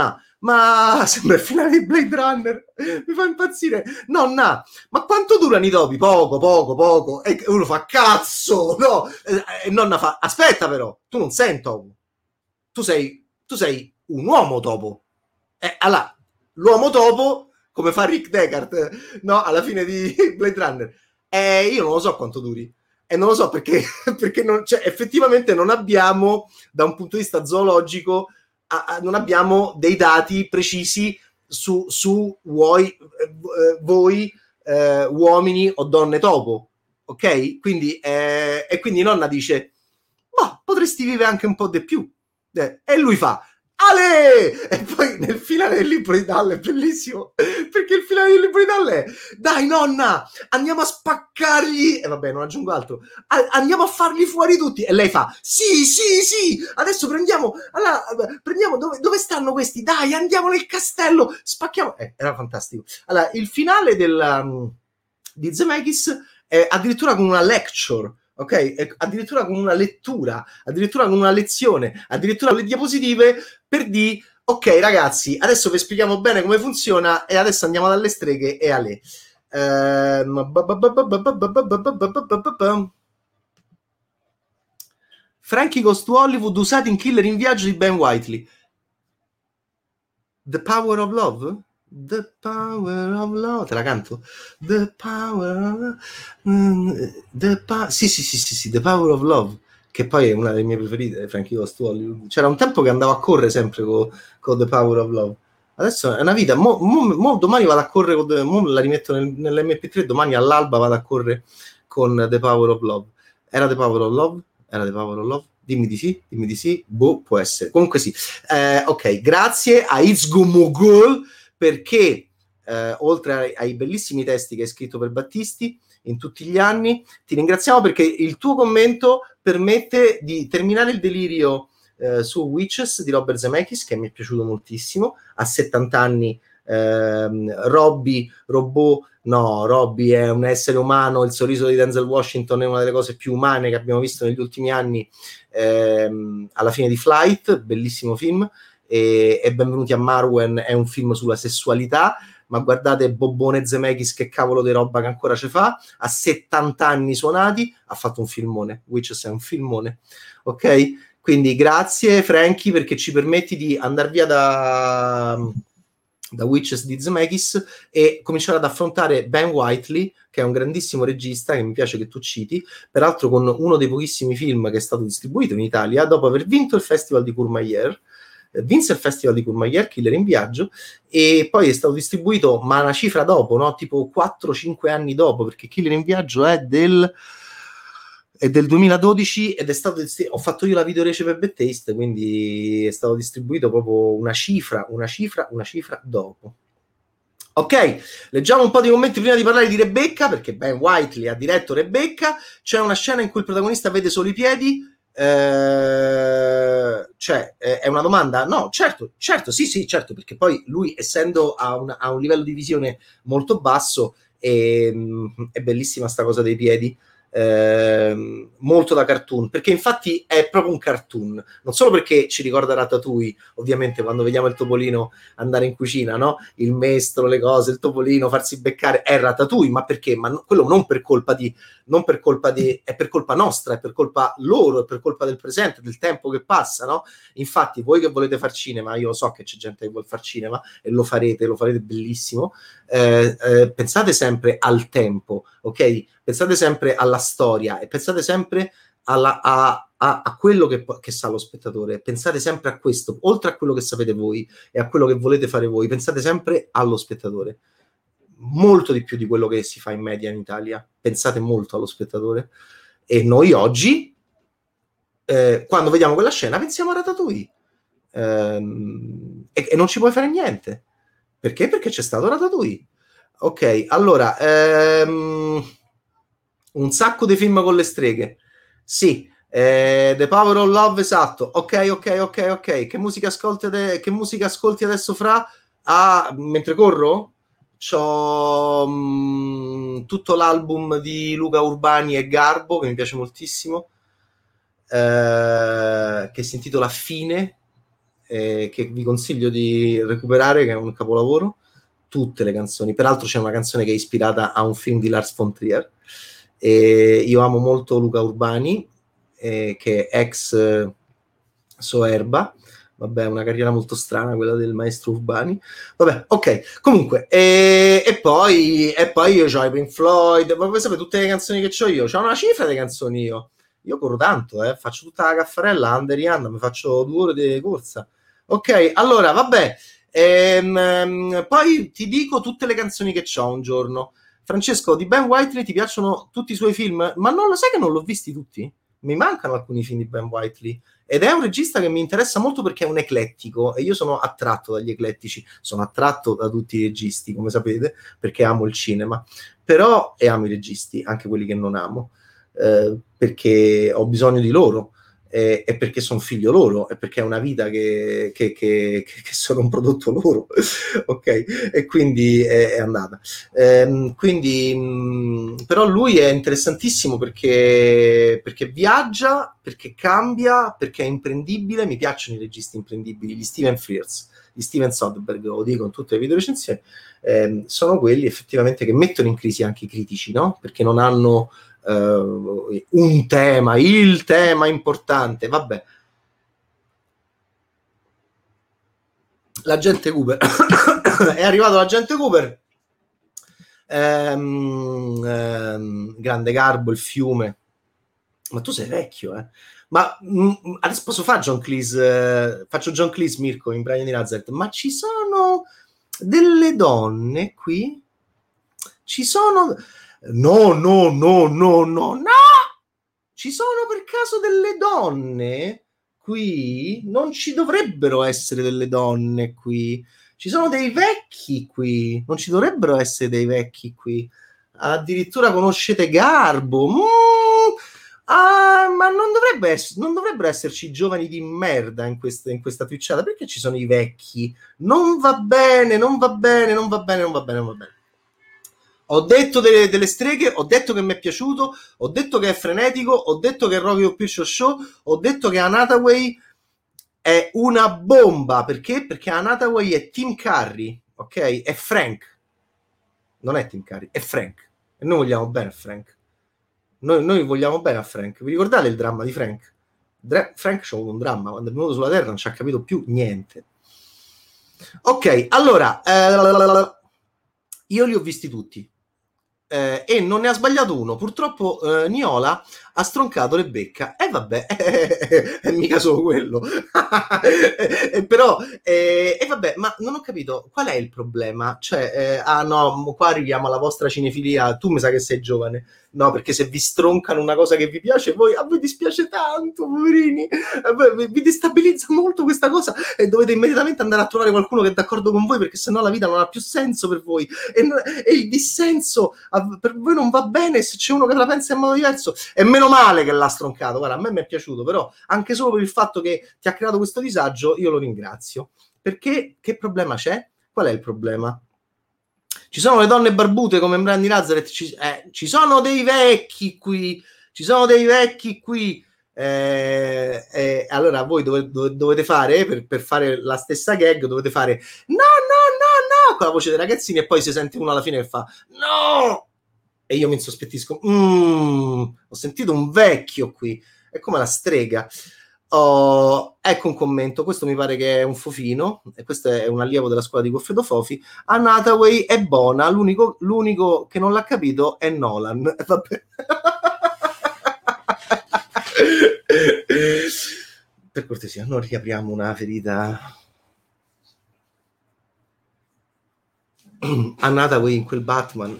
ma sembra il finale di Blade Runner, mi fa impazzire. Nonna, ma quanto durano i topi? Poco, poco, poco. E uno fa, cazzo, no. E nonna fa, aspetta però, tu non sei un topo, tu sei, tu sei un uomo topo. E allora, l'uomo topo, come fa Rick Deckard, no, alla fine di Blade Runner, e io non lo so quanto duri. E non lo so perché, perché non, cioè, effettivamente non abbiamo, da un punto di vista zoologico, a, a, non abbiamo dei dati precisi su, su voi, eh, voi eh, uomini o donne topo, ok? Quindi, eh, e quindi nonna dice, ma potresti vivere anche un po' di più. Eh, e lui fa, Ale! E poi nel finale del libro di Dalle è bellissimo, perché il finale del libro di Dalle è, dai nonna, andiamo a spaccargli, e vabbè non aggiungo altro, a- andiamo a farli fuori tutti, e lei fa, sì, sì, sì, adesso prendiamo, allora, prendiamo, dove, dove stanno questi? Dai, andiamo nel castello, spacchiamo, eh, era fantastico. Allora, il finale del, um, di Zemeckis è addirittura con una lecture, ok? Addirittura con una lettura, addirittura con una lezione, addirittura con le diapositive per dire, ok ragazzi, adesso vi spieghiamo bene come funziona e adesso andiamo dalle streghe e a lei. Frankie Goes to Hollywood usati in Killer in Viaggio di Ben Whiteley. The Power of Love? The Power of Love, te la canto? The Power of Love. The pa- sì, sì, sì, sì, sì, The Power of Love, che poi è una delle mie preferite, Frankie Goes to Hollywood. C'era un tempo che andavo a correre sempre con, con The Power of Love. Adesso è una vita, mo, mo, mo domani vado a correre, con The, mo la rimetto nel, nell'emme pi tre, domani all'alba vado a correre con The Power of Love. Era The Power of Love? Era The Power of Love? Dimmi di sì, dimmi di sì, boh, può essere. Comunque sì. Eh, ok, grazie a Itzgo Mogul perché eh, oltre ai, ai bellissimi testi che hai scritto per Battisti in tutti gli anni, ti ringraziamo perché il tuo commento permette di terminare il delirio eh, su Witches di Robert Zemeckis, che mi è piaciuto moltissimo. A settanta anni ehm, Robbie, robot, no, Robbie è un essere umano, il sorriso di Denzel Washington è una delle cose più umane che abbiamo visto negli ultimi anni, ehm, alla fine di Flight, bellissimo film, e, e Benvenuti a Marwen è un film sulla sessualità, ma guardate Bobone Zemeckis che cavolo di roba che ancora ci fa, a settanta anni suonati ha fatto un filmone, Witches è un filmone, ok? Quindi grazie Frankie perché ci permetti di andare via da, da Witches di Zemeckis e cominciare ad affrontare Ben Whiteley, che è un grandissimo regista che mi piace che tu citi, peraltro con uno dei pochissimi film che è stato distribuito in Italia dopo aver vinto il Festival di Courmayeur. Vinse il Festival di Courmayeur, Killer in Viaggio, e poi è stato distribuito, ma una cifra dopo, no? Tipo quattro cinque anni dopo, perché Killer in Viaggio è del è del duemiladodici ed è stato ho fatto io la videorece per Bad Taste, quindi è stato distribuito proprio una cifra, una cifra, una cifra dopo. Ok, leggiamo un po' di commenti prima di parlare di Rebecca, perché Ben Whiteley ha diretto Rebecca. C'è una scena in cui il protagonista vede solo i piedi. Eh, cioè, eh, è una domanda? No, certo, certo, sì, sì, certo, perché poi lui, essendo a, una, a un livello di visione molto basso, è, è bellissima sta cosa dei piedi. Eh, molto da cartoon, perché infatti è proprio un cartoon, non solo perché ci ricorda Ratatouille, ovviamente quando vediamo il topolino andare in cucina, no? Il mestolo, le cose, il topolino, farsi beccare, è Ratatouille, ma perché? Ma no, quello non per colpa di, non per colpa di, è per colpa nostra, è per colpa loro, è per colpa del presente, del tempo che passa, no? Infatti voi che volete far cinema, io so che c'è gente che vuole far cinema e lo farete, lo farete bellissimo, eh, eh, pensate sempre al tempo, ok? Pensate sempre alla storia e pensate sempre alla, a, a, a quello che, che sa lo spettatore, pensate sempre a questo, oltre a quello che sapete voi e a quello che volete fare voi, pensate sempre allo spettatore, molto di più di quello che si fa in media in Italia, pensate molto allo spettatore. E noi oggi eh, quando vediamo quella scena pensiamo a Ratatouille, ehm, e, e non ci puoi fare niente, perché? Perché c'è stato Ratatouille. Ok, allora ehm, un sacco di film con le streghe, sì, eh, The Power of Love, esatto, ok, ok, ok, ok, che musica ascolti, ade- che musica ascolti adesso fra? Ah, mentre corro? C'ho mh, tutto l'album di Luca Urbani e Garbo, che mi piace moltissimo, eh, che si intitola Fine, eh, che vi consiglio di recuperare, che è un capolavoro, tutte le canzoni. Peraltro c'è una canzone che è ispirata a un film di Lars von Trier. E io amo molto Luca Urbani, eh, che è ex eh, Soerba. Vabbè, una carriera molto strana quella del maestro Urbani. Vabbè, ok. Comunque, e, e poi e poi io ho i Pink Floyd. Ma voi sapete tutte le canzoni che ho io? C'ho una cifra di canzoni io. Io corro tanto, eh. Faccio tutta la caffarella, under Rihanna, mi faccio due ore di corsa. Ok, allora, vabbè. Ehm, poi ti dico tutte le canzoni che ho un giorno. Francesco, di Ben Whiteley ti piacciono tutti i suoi film? Ma non lo sai che non l'ho visti tutti? Mi mancano alcuni film di Ben Whiteley. Ed è un regista che mi interessa molto perché è un eclettico e io sono attratto dagli eclettici, sono attratto da tutti i registi, come sapete, perché amo il cinema, però e amo i registi, anche quelli che non amo, eh, perché ho bisogno di loro e, e perché sono figlio loro e perché è una vita che, che, che, che sono un prodotto loro, ok? E quindi è, è andata. Ehm, quindi, mh, però lui è interessantissimo perché, perché viaggia, perché cambia, perché è imprendibile. Mi piacciono i registi imprendibili, gli Steven Frears, gli Steven Soderbergh, lo dico in tutte le video recensioni, ehm, sono quelli effettivamente che mettono in crisi anche i critici, no? Perché non hanno Uh, un tema, il tema importante, vabbè. L'agente Cooper è arrivato l'agente Cooper, ehm, ehm, grande Garbo, il fiume, ma tu sei vecchio, eh? Ma mh, adesso posso fare John Cleese, eh, faccio John Cleese Mirko in Brian di Nazareth, ma ci sono delle donne qui? Ci sono... No, no, no, no, no, no! Ci sono per caso delle donne qui? Non ci dovrebbero essere delle donne qui. Ci sono dei vecchi qui. Non ci dovrebbero essere dei vecchi qui. Addirittura conoscete Garbo. Mm. Ah, ma non, dovrebbe ess- non dovrebbero esserci giovani di merda in questa, in questa twitchata. Perché ci sono i vecchi? Non va bene, non va bene, non va bene, non va bene, non va bene. Ho detto delle, delle streghe, ho detto che mi è piaciuto, ho detto che è frenetico, ho detto che è Rocky Horror Picture Show, ho detto che Anne Hathaway è una bomba. Perché? Perché Anne Hathaway è Tim Curry, ok? È Frank. Non è Tim Curry, è Frank. E noi vogliamo bene a Frank. Noi, noi vogliamo bene a Frank. Vi ricordate il dramma di Frank? Dra- Frank c'ha avuto un dramma, quando è venuto sulla Terra non ci ha capito più niente. Ok, allora, eh, io li ho visti tutti. Eh, e non ne ha sbagliato uno. Purtroppo eh, Niola ha stroncato le becca e eh, vabbè, è mica solo quello. eh, però e eh, vabbè, ma non ho capito qual è il problema. Cioè, eh, ah no, qua arriviamo alla vostra cinefilia. Tu mi sa che sei giovane. No, perché se vi stroncano una cosa che vi piace, voi, a voi dispiace tanto, poverini, vi, vi destabilizza molto questa cosa e dovete immediatamente andare a trovare qualcuno che è d'accordo con voi, perché sennò la vita non ha più senso per voi e, e il dissenso per voi non va bene. Se c'è uno che la pensa in modo diverso, è meno male che l'ha stroncato. Guarda, a me mi è piaciuto, però anche solo per il fatto che ti ha creato questo disagio io lo ringrazio, perché che problema c'è? Qual è il problema? Ci sono le donne barbute come in Brandy Nazareth, ci, eh, ci sono dei vecchi qui, ci sono dei vecchi qui. Eh, eh, allora voi dove, dove, dovete fare, per, per fare la stessa gag, dovete fare no, no, no, no, con la voce dei ragazzini e poi si sente uno alla fine che fa no! E io mi insospettisco. Mm, ho sentito un vecchio qui, è come la strega. Oh, ecco un commento, questo mi pare che è un fofino, e questo è un allievo della scuola di Goffredo Fofi. Anne Hathaway è buona, l'unico, l'unico che non l'ha capito è Nolan. Vabbè. Per cortesia, non riapriamo una ferita. Anne Hathaway in quel Batman,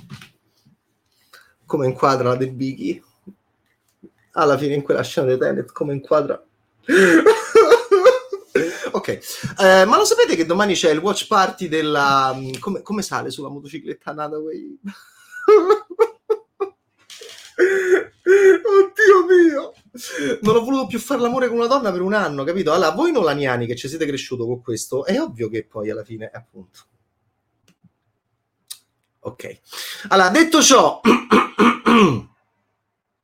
come inquadra la De Bighi alla fine in quella scena di Tenet, come inquadra. Ok, eh, ma lo sapete che domani c'è il watch party della... come, come sale sulla motocicletta Hathaway? Oddio mio, non ho voluto più fare l'amore con una donna per un anno, capito? Allora, voi nolaniani che ci siete cresciuto con questo, è ovvio che poi alla fine, appunto. Ok, allora, detto ciò...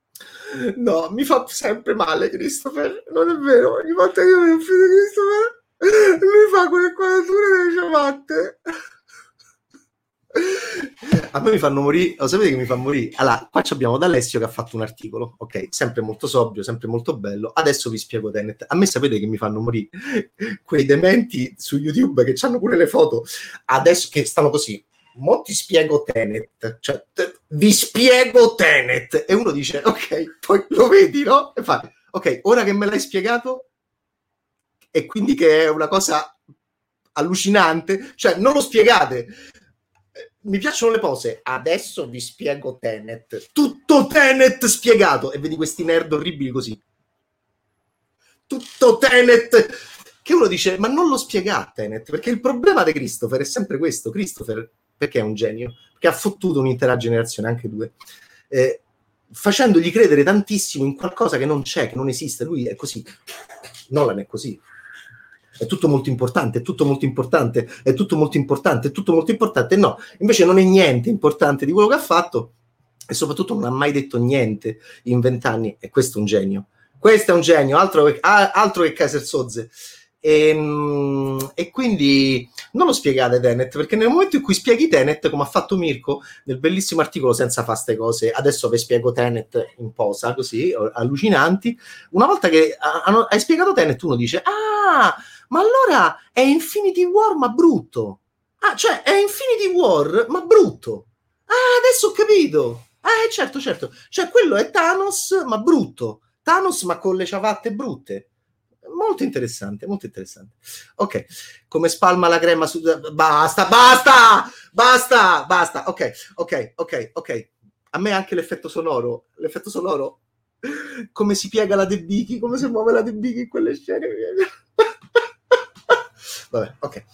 No, mi fa sempre male Christopher, non è vero, ogni volta che io mi fido di Christopher Lui fa quelle quadrature delle ciabatte. A me mi fanno morire, lo sapete che mi fa morire? Allora, qua abbiamo D'Alessio che ha fatto un articolo, ok, sempre molto sobrio, sempre molto bello. Adesso vi spiego Tenet. A me sapete che mi fanno morire? Quei dementi su YouTube che hanno pure le foto, adesso che stanno così. Mo ti spiego Tenet, cioè te, vi spiego Tenet, e uno dice ok, poi lo vedi, no? E fa ok, ora che me l'hai spiegato, e quindi che è una cosa allucinante, cioè non lo spiegate. Mi piacciono le pose, adesso vi spiego Tenet, tutto Tenet spiegato, e vedi questi nerd orribili così, tutto Tenet, che uno dice ma non lo spiega Tenet, perché il problema di Christopher è sempre questo. Christopher perché è un genio? Perché ha fottuto un'intera generazione, anche due, eh, facendogli credere tantissimo in qualcosa che non c'è, che non esiste. Lui è così, Nolan è così, è tutto molto importante, è tutto molto importante, è tutto molto importante, è tutto molto importante. No, invece non è niente importante di quello che ha fatto, e soprattutto non ha mai detto niente in vent'anni, e questo è un genio. Questo è un genio, altro che, altro che Kaiser Soze. E, e quindi non lo spiegate Tenet, perché nel momento in cui spieghi Tenet, come ha fatto Mirko nel bellissimo articolo Senza fa ste cose, adesso vi spiego Tenet in posa, così, allucinanti, una volta che hai spiegato Tenet uno dice ah, ma allora è Infinity War ma brutto, ah, cioè è Infinity War ma brutto, ah, adesso ho capito, ah, certo, certo, cioè quello è Thanos ma brutto, Thanos ma con le ciabatte brutte. Molto interessante, molto interessante. Ok, come spalma la crema su... Basta, basta, basta, basta. Ok, ok, ok, ok. A me anche l'effetto sonoro, l'effetto sonoro, come si piega la De Bichi, come si muove la De Bichi in quelle scene. Vabbè, ok.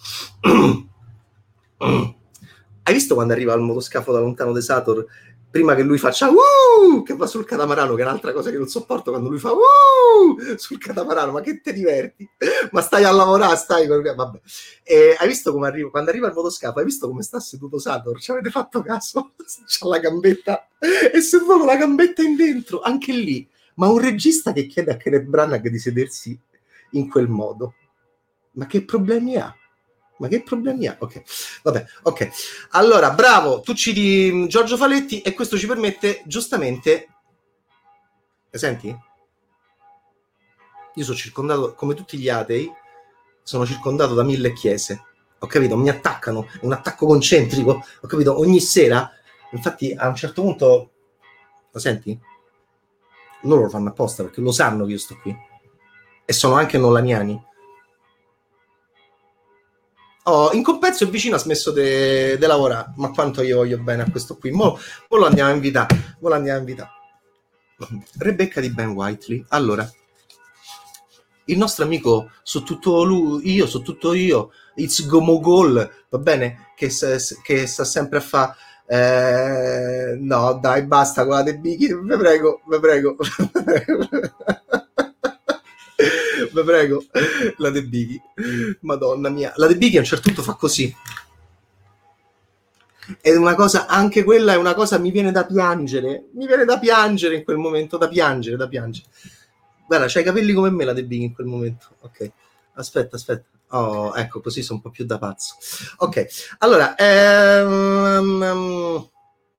Hai visto quando arriva al motoscafo da lontano De Sator? Prima che lui faccia uh, che va sul catamarano, che è un'altra cosa che non sopporto, quando lui fa uh, sul catamarano, ma che ti diverti? Ma stai a lavorare, stai con... vabbè. E hai visto come arriva, quando arriva il motoscafo, hai visto come sta seduto Sator? Ci avete fatto caso? C'ha la gambetta, è seduto con la gambetta in dentro, anche lì. Ma un regista che chiede a Kenneth Branagh di sedersi in quel modo, ma che problemi ha? Ma che problemi ha? Ok, vabbè, ok. Allora, bravo, tu citi Giorgio Faletti, e questo ci permette, giustamente... Senti? Io sono circondato, come tutti gli atei, sono circondato da mille chiese. Ho capito? Mi attaccano, è un attacco concentrico. Ho capito? Ogni sera, infatti, a un certo punto... Lo senti? Loro lo fanno apposta, perché lo sanno che io sto qui. E sono anche nolaniani. Oh, in compenso il vicino ha smesso di lavorare, ma quanto io voglio bene a questo qui. Mo, mo lo andiamo a invitare, mo lo andiamo a invitare. Rebecca di Ben Whiteley. Allora, il nostro amico su tutto lui, io su tutto io, It's Gomogol, va bene? Che, che sta sempre a fare eh, no, dai, basta con la De Bichi, vi prego, vi prego. Vi prego, la De Bichi, madonna mia, la De Bichi a un certo punto fa così, è una cosa, anche quella è una cosa, mi viene da piangere, mi viene da piangere in quel momento, da piangere, da piangere. Guarda, c'hai i capelli come me la De Bichi in quel momento, ok, aspetta, aspetta, oh, ecco, così sono un po' più da pazzo, ok, allora, ehm...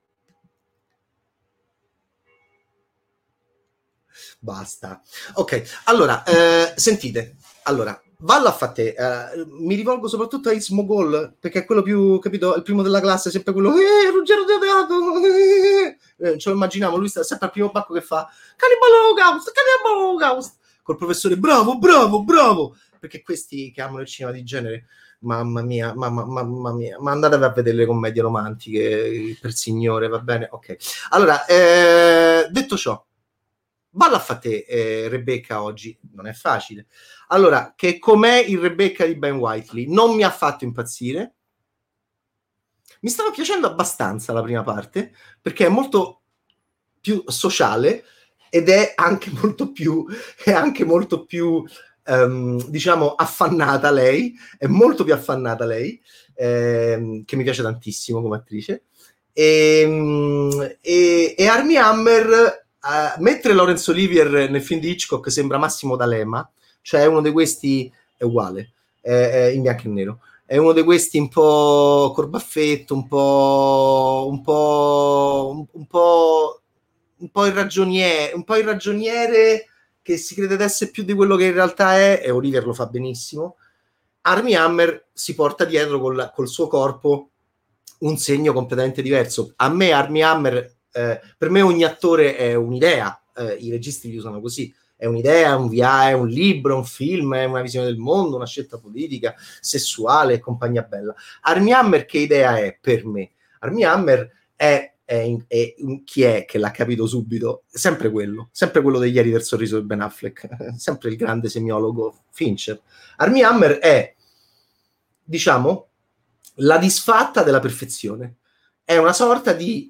basta. Ok, allora, eh, sentite, allora, vallo a fate, eh, mi rivolgo soprattutto a Ismogol, perché è quello più, capito, il primo della classe, sempre quello, eh, Ruggero Deodato, eh, eh, ce lo immaginiamo, lui sta sempre al primo banco che fa, Cannibal Holocaust, Cannibal Holocaust, col professore, bravo, bravo, bravo, perché questi che amano il cinema di genere, mamma mia, mamma, mamma mia, ma andatevi a vedere le commedie romantiche, per signore, va bene? Ok, allora, eh, detto ciò, balla a fa te, eh, Rebecca oggi, non è facile. Allora, che com'è il Rebecca di Ben Whiteley? Non mi ha fatto impazzire. Mi stava piacendo abbastanza la prima parte, perché è molto più sociale ed è anche molto più, è anche molto più, um, diciamo, affannata lei, è molto più affannata lei, ehm, che mi piace tantissimo come attrice. E, e, e Armie Hammer... Uh, mentre Laurence Olivier nel film di Hitchcock sembra Massimo D'Alema, cioè uno di questi è uguale, è, è in bianco e nero. È uno di questi un po' corbaffetto, un po' un po' un, un po' un po' il ragioniere, un po' il ragioniere che si crede di essere più di quello che in realtà è, e Oliver lo fa benissimo. Armie Hammer si porta dietro col, col suo corpo un segno completamente diverso. A me Armie Hammer, eh, per me ogni attore è un'idea, eh, i registi li usano così, è un'idea, un via, è un libro, un film, è una visione del mondo, una scelta politica, sessuale e compagnia bella. Armie Hammer che idea è per me? Armie Hammer è, è, è, è chi è che l'ha capito subito? Sempre quello, sempre quello degli ieri del sorriso di Ben Affleck, sempre il grande semiologo Fincher. Armie Hammer è, diciamo, la disfatta della perfezione. È una sorta di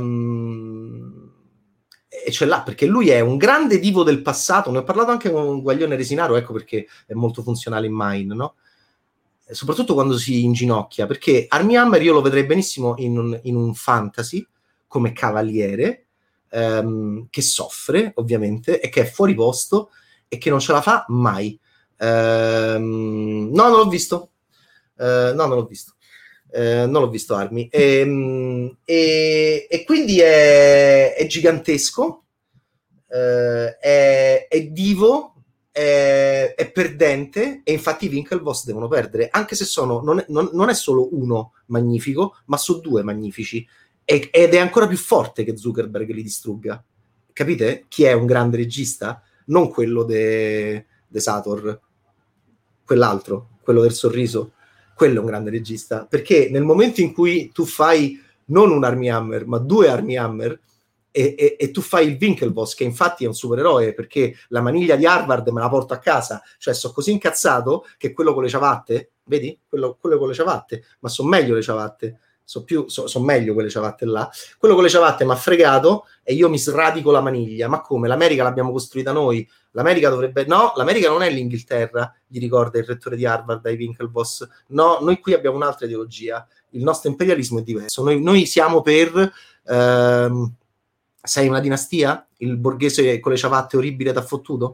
um, e ce l'ha perché lui è un grande divo del passato. Ne ho parlato anche con Guaglione Resinaro, ecco perché è molto funzionale in Mine, no? Soprattutto quando si inginocchia, perché Armie Hammer io lo vedrei benissimo in un, in un fantasy come cavaliere, um, che soffre ovviamente e che è fuori posto e che non ce la fa mai. Um, no, non l'ho visto. Uh, no, non l'ho visto. Uh, non l'ho visto Armi. E, e, e quindi è, è gigantesco, uh, è, è divo, è, è perdente, e infatti i Winklevoss devono perdere, anche se sono non è, non, non è solo uno magnifico, ma sono due magnifici, e, ed è ancora più forte che Zuckerberg li distrugga. Capite? Chi è un grande regista? Non quello de, de Sator, quell'altro, quello del sorriso. Quello è un grande regista, perché nel momento in cui tu fai non un Armie Hammer, ma due Armie Hammer, e, e, e tu fai il Winklevoss, che infatti è un supereroe, perché la maniglia di Harvard me la porto a casa, cioè sono così incazzato che quello con le ciabatte, vedi? Quello, quello con le ciabatte, ma sono meglio le ciabatte, sono più, so, so meglio quelle ciabatte là. Quello con le ciabatte mi ha fregato e io mi sradico la maniglia. Ma come? L'America l'abbiamo costruita noi. L'America dovrebbe... No, l'America non è l'Inghilterra, gli ricorda il rettore di Harvard ai Winklevoss. No, noi qui abbiamo un'altra ideologia. Il nostro imperialismo è diverso. Noi, noi siamo per... Ehm, sei una dinastia? Il borghese con le ciabatte orribile t'ha fottuto?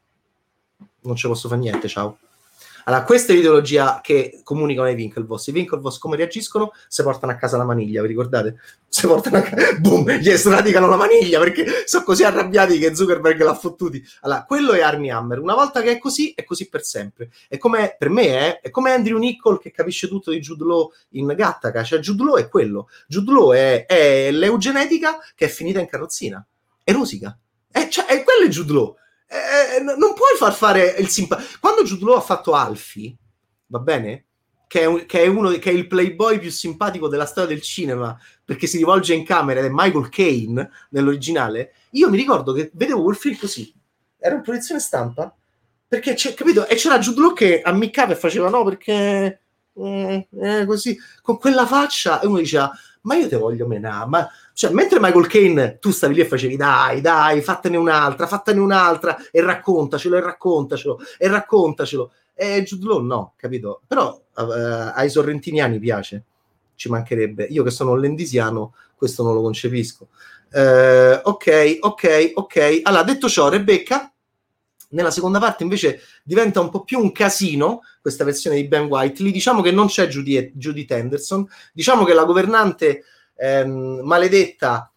Non ce posso fare niente, ciao. Allora, questa è l'ideologia che comunicano i Winklevoss. I Winklevoss come reagiscono? Se portano a casa la maniglia, vi ricordate? Se portano a casa, boom, gli sradicano la maniglia perché sono così arrabbiati che Zuckerberg l'ha fottuti. Allora, quello è Armie Hammer. Una volta che è così, è così per sempre. È come, per me, eh, è come Andrew Niccol che capisce tutto di Jude Law in Gattaca. Cioè, Jude Law è quello. Jude Law è, è l'eugenetica che è finita in carrozzina. È rosica. È, cioè, è quello è Jude Law. Eh, non puoi far fare il simpatico. Quando Jude Law ha fatto Alfie, va bene? Che è, un, che è uno che è il playboy più simpatico della storia del cinema, perché si rivolge in camera ed è Michael Caine nell'originale. Io mi ricordo che vedevo quel film così, era in proiezione stampa, perché c'è, capito? E c'era Jude Law che ammiccava e faceva no perché eh, eh, così con quella faccia, e uno diceva ma io te voglio menare, ma cioè, mentre Michael Caine tu stavi lì e facevi dai, dai, fattene un'altra, fattene un'altra e raccontacelo, e raccontacelo, e raccontacelo. E Jude Law no, capito? Però uh, ai sorrentiniani piace, ci mancherebbe. Io che sono lendisiano, questo non lo concepisco. Uh, ok, ok, ok. Allora, detto ciò, Rebecca, nella seconda parte invece diventa un po' più un casino, questa versione di Ben Whiteley. Diciamo che non c'è Judy, Judith Anderson, diciamo che la governante ehm, maledetta,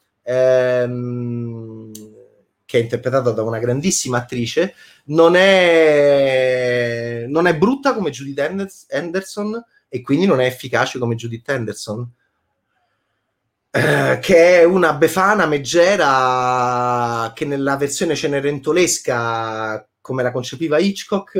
ehm, che è interpretata da una grandissima attrice, non è, non è brutta come Judith Anderson e quindi non è efficace come Judith Anderson. Eh, che è una befana meggera che nella versione cenerentolesca come la concepiva Hitchcock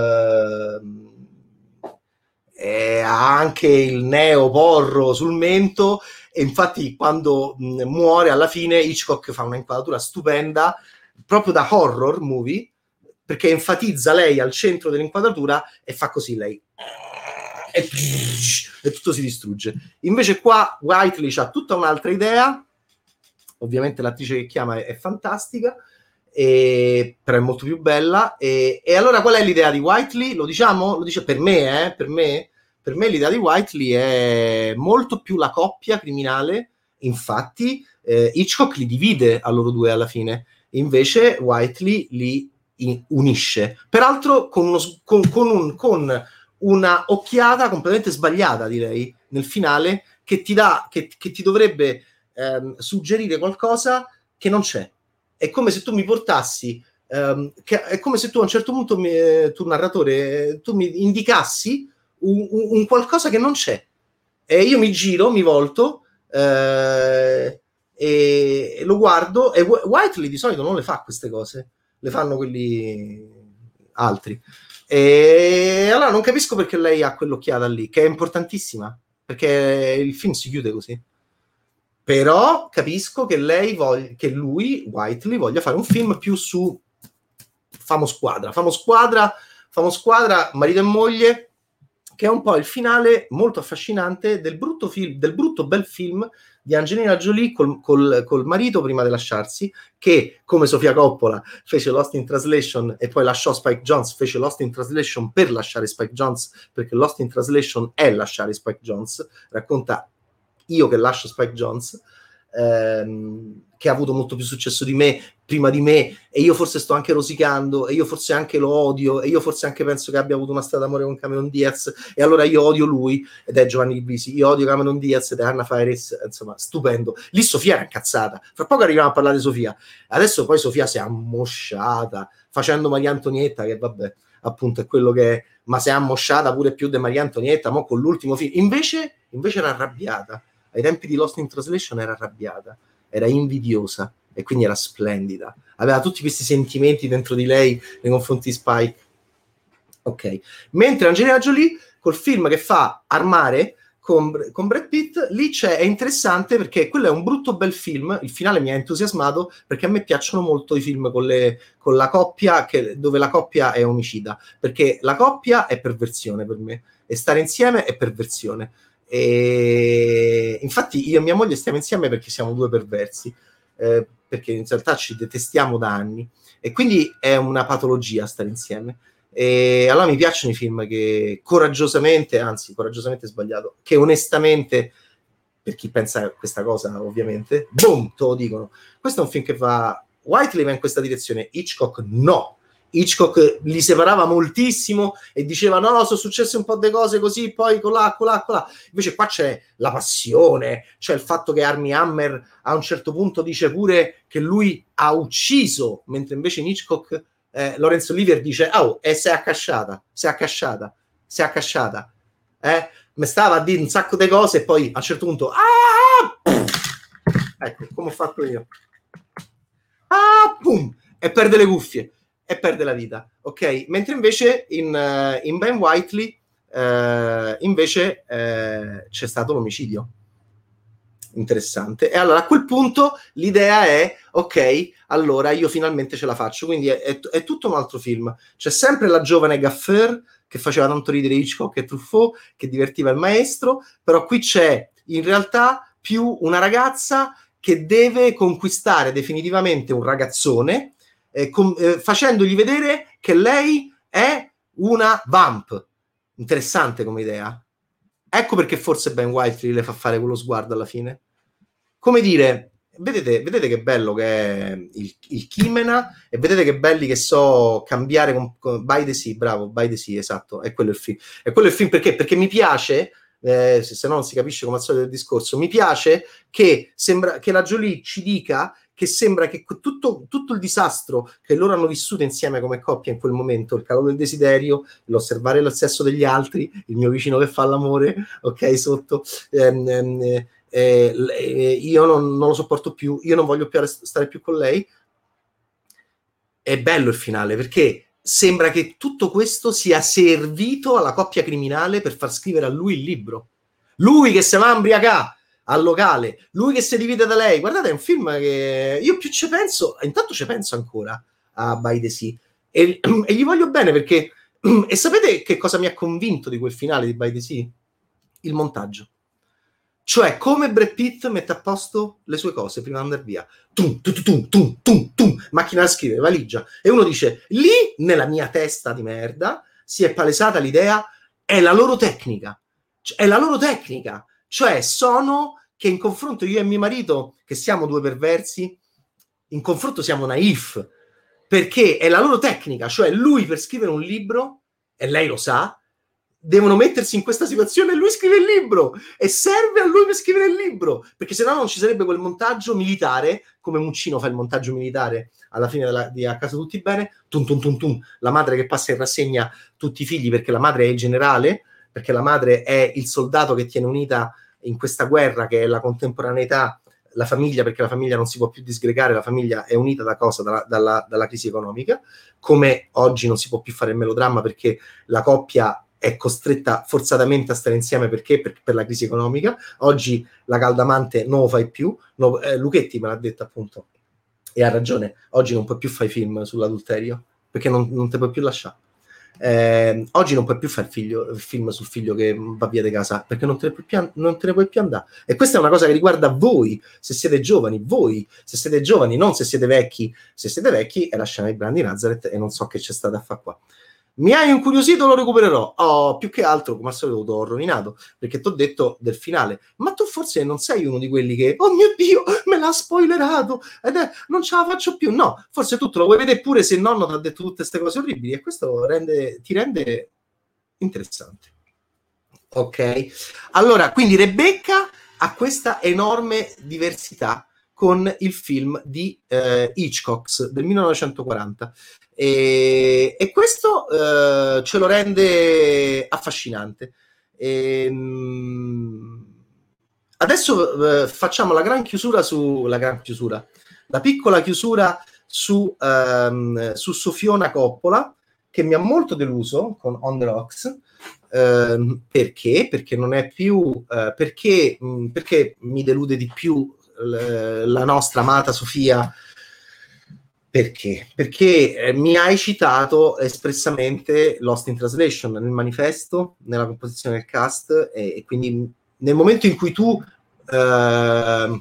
eh, ha anche il neo porro sul mento, e infatti quando mh, muore alla fine Hitchcock fa una inquadratura stupenda proprio da horror movie, perché enfatizza lei al centro dell'inquadratura e fa così lei e, e tutto si distrugge. Invece qua Whiteley ha tutta un'altra idea, ovviamente l'attrice che chiama è, è fantastica, e, però è molto più bella, e, e allora qual è l'idea di Whiteley? Lo diciamo? Lo dice per me, eh? per me per me l'idea di Whiteley è molto più la coppia criminale, infatti eh, Hitchcock li divide a loro due alla fine, invece Whiteley li unisce, peraltro con, uno, con, con un con una occhiata completamente sbagliata, direi, nel finale, che ti dà, che, che ti dovrebbe ehm, suggerire qualcosa che non c'è. È come se tu mi portassi, ehm, che, è come se tu a un certo punto, mi, tu narratore, tu mi indicassi un, un, un qualcosa che non c'è. E io mi giro, mi volto, eh, e, e lo guardo, e Whiteley di solito non le fa queste cose, le fanno quelli altri. E allora non capisco perché lei ha quell'occhiata lì, che è importantissima, perché il film si chiude così. Però capisco che lei voglia, che lui, Whiteley, voglia fare un film più su famo squadra, famo squadra, famo squadra, marito e moglie, che è un po' il finale molto affascinante del brutto film, del brutto bel film di Angelina Jolie col, col, col marito prima di lasciarsi, che come Sofia Coppola fece Lost in Translation e poi lasciò Spike Jonze, fece Lost in Translation per lasciare Spike Jonze, perché Lost in Translation è lasciare Spike Jonze, racconta io che lascio Spike Jonze, ehm, che ha avuto molto più successo di me, prima di me, e io forse sto anche rosicando, e io forse anche lo odio, e io forse anche penso che abbia avuto una storia d'amore con Cameron Diaz, e allora io odio lui, ed è Giovanni Ribisi, io odio Cameron Diaz ed è Anna Faris, insomma, stupendo. Lì Sofia era incazzata, fra poco arriviamo a parlare di Sofia, adesso poi Sofia si è ammosciata, facendo Maria Antonietta, che vabbè, appunto è quello che è, ma si è ammosciata pure più di Maria Antonietta, mo con l'ultimo film, invece, invece era arrabbiata, ai tempi di Lost in Translation era arrabbiata, era invidiosa, e quindi era splendida, aveva tutti questi sentimenti dentro di lei nei confronti di Spike. Ok, mentre Angelina Jolie col film che fa Armare con, con Brad Pitt, lì c'è, è interessante perché quello è un brutto bel film, il finale mi ha entusiasmato perché a me piacciono molto i film con, le, con la coppia che, dove la coppia è omicida, perché la coppia è perversione per me e stare insieme è perversione, e infatti io e mia moglie stiamo insieme perché siamo due perversi, eh, perché in realtà ci detestiamo da anni e quindi è una patologia stare insieme. E allora mi piacciono i film che coraggiosamente, anzi coraggiosamente sbagliato, che onestamente, per chi pensa a questa cosa ovviamente, boom, te lo dicono. Questo è un film che va, Whiteley va in questa direzione, Hitchcock no. Hitchcock li separava moltissimo e diceva no, sono successe un po' di cose così, poi colà, colà, colà. Invece qua c'è la passione, c'è il fatto che Armie Hammer a un certo punto dice pure che lui ha ucciso, mentre invece in Hitchcock eh, Laurence Olivier dice oh, e si è accasciata, si è accasciata, si è accasciata. Eh? Mi stava a dire un sacco di cose e poi a un certo punto ah! Ecco, come ho fatto io. Ah, pum! E perde le cuffie e perde la vita, ok? Mentre invece in, uh, in Ben Whiteley uh, invece uh, c'è stato l'omicidio. Interessante. E allora a quel punto l'idea è ok, allora io finalmente ce la faccio, quindi è, è, è tutto un altro film. C'è sempre la giovane Gaffer che faceva tanto ridere Hitchcock e Truffaut, che divertiva il maestro, però qui c'è in realtà più una ragazza che deve conquistare definitivamente un ragazzone eh, com- eh, facendogli vedere che lei è una vamp. Interessante come idea. Ecco perché forse Ben Whiteley le fa fare quello sguardo alla fine. Come dire, vedete, vedete che bello che è il, il Chimena e vedete che belli che so cambiare con, con By the Sea, bravo, By the Sea, esatto, è quello il film. È quello il film perché? Perché mi piace, eh, se, se no non si capisce come al solito il discorso, mi piace che, sembra, che la Jolie ci dica che sembra che tutto, tutto il disastro che loro hanno vissuto insieme come coppia in quel momento, il calore del desiderio, l'osservare il sesso degli altri, il mio vicino che fa l'amore, ok, sotto, ehm, ehm, eh, eh, io non, non lo sopporto più, io non voglio più stare più con lei. È bello il finale perché sembra che tutto questo sia servito alla coppia criminale per far scrivere a lui il libro. Lui che se va a imbriacare al locale, lui che si divide da lei. Guardate, è un film che io più ci penso, intanto ci penso ancora a By the Sea e, e gli voglio bene perché e sapete che cosa mi ha convinto di quel finale di By the Sea? Il montaggio. Cioè, come Brad Pitt mette a posto le sue cose prima di andare via. Tum, tum, tum, tum, tum, tum, macchina da scrivere, valigia. E uno dice, lì, nella mia testa di merda, si è palesata l'idea, è la loro tecnica. È la loro tecnica. Cioè, sono che in confronto io e mio marito, che siamo due perversi, in confronto siamo naif. Perché è la loro tecnica. Cioè, lui per scrivere un libro, e lei lo sa, devono mettersi in questa situazione e lui scrive il libro e serve a lui per scrivere il libro, perché sennò non ci sarebbe quel montaggio militare, come Muccino fa il montaggio militare alla fine della, di A Casa Tutti Bene, tum tum tum tum, la madre che passa in rassegna tutti i figli perché la madre è il generale, perché la madre è il soldato che tiene unita in questa guerra che è la contemporaneità, la famiglia, perché la famiglia non si può più disgregare, la famiglia è unita da cosa? Dalla, dalla, dalla crisi economica, come oggi non si può più fare il melodramma perché la coppia è costretta forzatamente a stare insieme perché per, per la crisi economica. Oggi la Caldamante non lo fai più, no, eh, Luchetti me l'ha detto appunto e ha ragione, oggi non puoi più fare film sull'adulterio perché non, non te puoi più lasciare. Eh, oggi non puoi più fare figlio, film sul figlio che va via di casa perché non te, ne puoi più, non te ne puoi più andare, e questa è una cosa che riguarda voi se siete giovani, voi se siete giovani, non se siete vecchi. Se siete vecchi è lasciare i brandi Nazareth e non so che c'è stato a fare qua. Mi hai incuriosito, lo recupererò. Oh, più che altro, come al solito, t'ho rovinato, perché t'ho detto del finale. Ma tu forse non sei uno di quelli che, oh mio Dio, me l'ha spoilerato, ed è, non ce la faccio più. No, forse tu te lo vuoi vedere pure se il nonno ti ha detto tutte queste cose orribili, e questo rende, ti rende interessante. Ok? Allora, quindi Rebecca ha questa enorme diversità con il film di eh, Hitchcock del millenovecentoquaranta. E, e questo eh, ce lo rende affascinante. E, mh, adesso eh, facciamo la gran chiusura su la gran chiusura, la piccola chiusura su, ehm, su Sofia Coppola, che mi ha molto deluso con On the Rocks. Eh, perché? Perché non è più eh, perché, mh, perché mi delude di più l- la nostra amata Sofia. Perché? Perché eh, mi hai citato espressamente Lost in Translation nel manifesto, nella composizione del cast, e, e quindi nel momento in cui tu eh,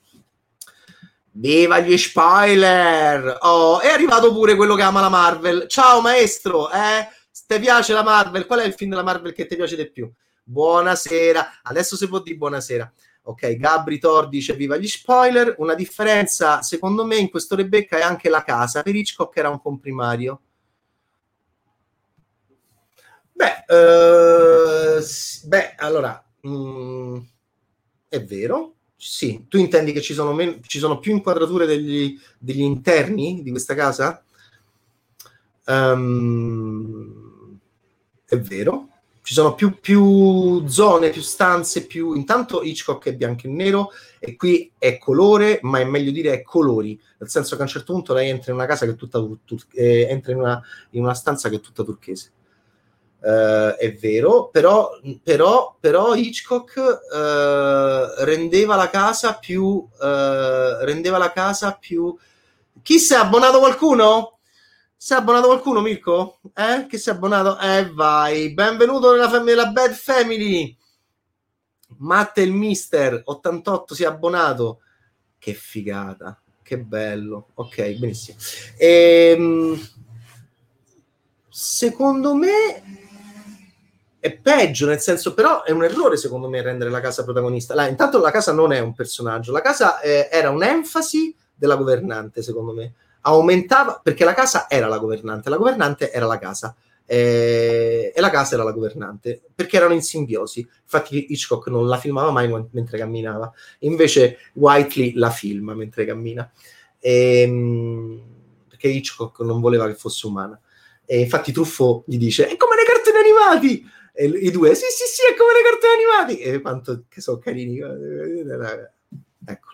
viva gli spoiler! Oh, è arrivato pure quello che ama la Marvel. Ciao maestro, eh? Ti piace la Marvel? Qual è il film della Marvel che ti piace di più? Buonasera, adesso si può dire buonasera. Ok, Gabri Tor dice viva gli spoiler. Una differenza secondo me in questo Rebecca è anche la casa. Per Hitchcock era un comprimario. Beh, eh, beh allora mh, è vero. Sì, tu intendi che ci sono, men- ci sono più inquadrature degli, degli interni di questa casa? Um, è vero. Ci sono più, più zone, più stanze, più... Intanto Hitchcock è bianco e nero e qui è colore, ma è meglio dire è colori, nel senso che a un certo punto lei entra in una casa che è tutta tur- tur- eh, entra in una, in una stanza che è tutta turchese. Uh, è vero, però, però, però Hitchcock uh, rendeva la casa più uh, rendeva la casa più... Chi si è abbonato qualcuno? Si è abbonato qualcuno, Mirko? Eh? Che si è abbonato? Eh vai, benvenuto nella, fam- nella Bad Family. Matte il mister ottantotto si è abbonato. Che figata, che bello. Ok, benissimo. Ehm, secondo me è peggio, nel senso, però è un errore secondo me rendere la casa protagonista. La, intanto la casa non è un personaggio, la casa eh, era un'enfasi della governante, secondo me. Aumentava, perché la casa era la governante, la governante era la casa, eh, e la casa era la governante, perché erano in simbiosi. Infatti Hitchcock non la filmava mai mentre camminava, invece Whiteley la filma mentre cammina, e, perché Hitchcock non voleva che fosse umana. E infatti Truffaut gli dice, è come nei cartoni animati! E i due, sì, sì, sì, è come nei cartoni animati. E quanto che sono carini. Eccolo.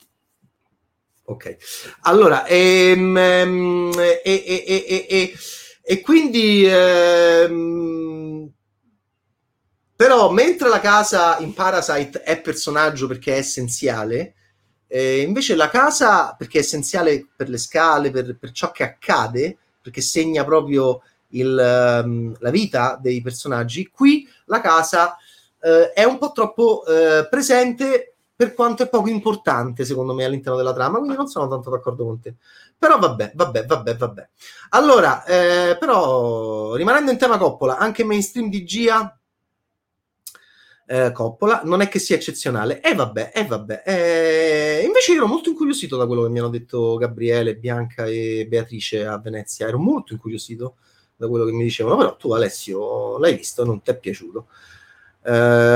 Ok. Allora, ehm, ehm, e, e, e, e, e quindi... Ehm, però, mentre la casa in Parasite è personaggio perché è essenziale, eh, invece la casa, perché è essenziale per le scale, per, per ciò che accade, perché segna proprio il, um, la vita dei personaggi, qui la casa eh, è un po' troppo eh, presente per quanto è poco importante secondo me all'interno della trama, quindi non sono tanto d'accordo con te. Però vabbè, vabbè, vabbè, vabbè. Allora, eh, però, rimanendo in tema Coppola, anche mainstream di Gia eh, Coppola non è che sia eccezionale. E eh, vabbè, e eh, vabbè. Eh, invece io ero molto incuriosito da quello che mi hanno detto Gabriele, Bianca e Beatrice a Venezia. Ero molto incuriosito. da quello che mi dicevano, però tu Alessio l'hai visto, non ti è piaciuto. Eh...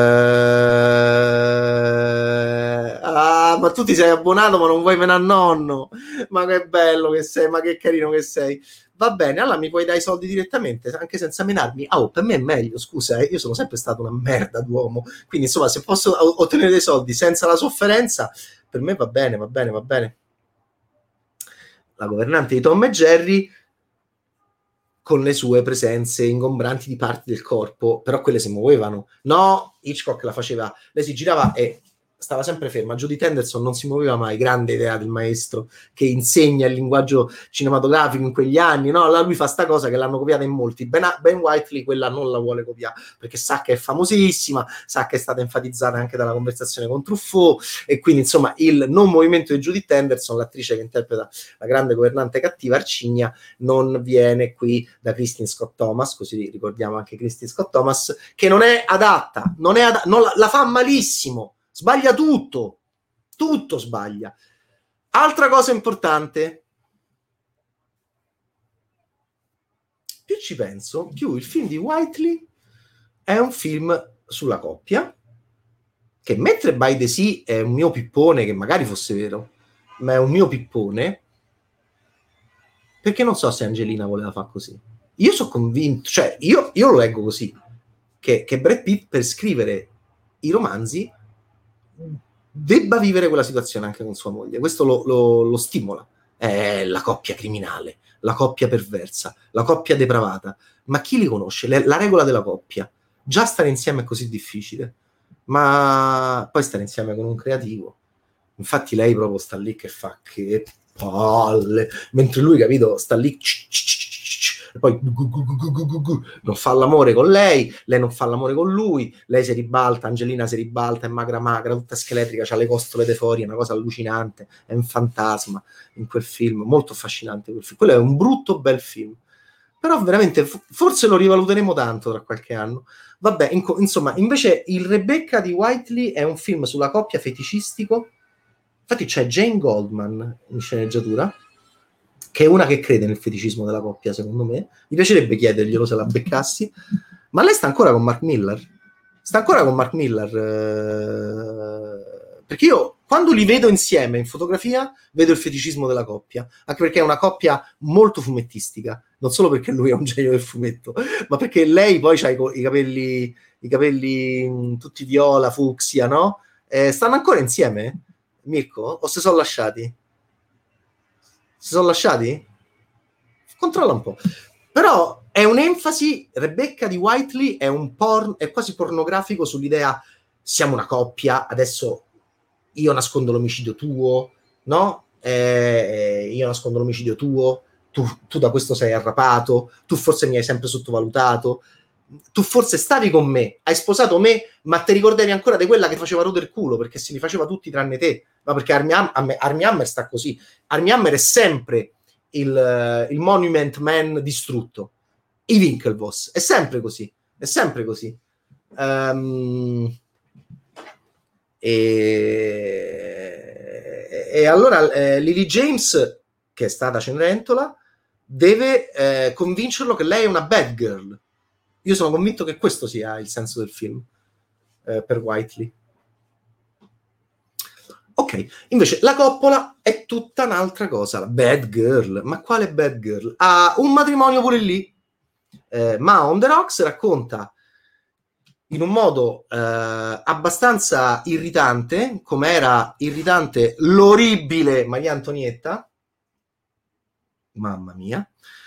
Ah, ma tu ti sei abbonato ma non vuoi venire a nonno, ma che bello che sei, ma che carino che sei. Va bene, allora mi puoi dare i soldi direttamente, anche senza menarmi. Ah, oh, per me è meglio, scusa, eh, io sono sempre stato una merda d'uomo, quindi insomma se posso ottenere dei soldi senza la sofferenza, per me va bene, va bene, va bene. La governante di Tom e Jerry con le sue presenze ingombranti di parti del corpo, però quelle si muovevano. No, Hitchcock la faceva, lei si girava e stava sempre ferma. Jodie Henderson non si muoveva mai, grande idea del maestro che insegna il linguaggio cinematografico in quegli anni, no? Lui fa sta cosa che l'hanno copiata in molti. Ben, Ben Whiteley quella non la vuole copiare, perché sa che è famosissima, sa che è stata enfatizzata anche dalla conversazione con Truffaut, e quindi insomma il non movimento di Jodie Henderson, l'attrice che interpreta la grande governante cattiva Arcigna, non viene qui da Kristin Scott Thomas, così ricordiamo anche Kristin Scott Thomas, che non è adatta, non è adatta, non la, la fa malissimo, sbaglia tutto, tutto sbaglia. Altra cosa importante, più ci penso, più il film di Whiteley è un film sulla coppia, che mentre By the Sea è un mio pippone, che magari fosse vero, ma è un mio pippone, perché non so se Angelina voleva fare così. Io sono convinto, cioè io, io lo leggo così, che, che Brad Pitt per scrivere i romanzi debba vivere quella situazione anche con sua moglie. Questo lo, lo, lo stimola. È la coppia criminale, la coppia perversa, la coppia depravata. Ma chi li conosce? Le, la regola della coppia. Già stare insieme è così difficile, ma poi stare insieme con un creativo. Infatti lei proprio sta lì che fa che palle, mentre lui, capito, sta lì e poi non fa l'amore con lei, lei non fa l'amore con lui, lei si ribalta, Angelina si ribalta, è magra magra, tutta scheletrica, c'ha le costole de fuori, è una cosa allucinante, è un fantasma in quel film, molto affascinante quel film. Quello è un brutto bel film, però veramente forse lo rivaluteremo tanto tra qualche anno. Vabbè, in, insomma, invece il Rebecca di Whiteley è un film sulla coppia feticistico. Infatti c'è Jane Goldman in sceneggiatura, che è una che crede nel feticismo della coppia, secondo me. Mi piacerebbe chiederglielo se la beccassi, ma lei sta ancora con Mark Millar. Sta ancora con Mark Millar, eh, perché io quando li vedo insieme in fotografia vedo il feticismo della coppia, anche perché è una coppia molto fumettistica, non solo perché lui è un genio del fumetto, ma perché lei poi ha i, i capelli i capelli mh, tutti viola, fucsia, no? Eh, stanno ancora insieme, Mirko? O si sono lasciati? Si sono lasciati? Controlla un po'. Però è un'enfasi, Rebecca di Whiteley è un porn, è quasi pornografico sull'idea siamo una coppia, adesso io nascondo l'omicidio tuo, no? Eh, io nascondo l'omicidio tuo, tu, tu da questo sei arrapato, tu forse mi hai sempre sottovalutato, tu forse stavi con me, hai sposato me, ma ti ricordavi ancora di quella che faceva rodere il culo, perché se li faceva tutti tranne te, ma perché Armie Hammer, Armie Hammer sta così, Armie Hammer è sempre il, il Monument Man distrutto, i Winklevoss, è sempre così, è sempre così. Um, e, e allora eh, Lily James, che è stata Cenerentola, deve eh, convincerlo che lei è una bad girl. Io sono convinto che questo sia il senso del film eh, per Whiteley. Ok, invece la coppola è tutta un'altra cosa, la bad girl. Ma quale bad girl? Ha un matrimonio pure lì, eh, ma On the Rocks racconta in un modo eh, abbastanza irritante, come era irritante l'orribile Maria Antonietta, mamma mia,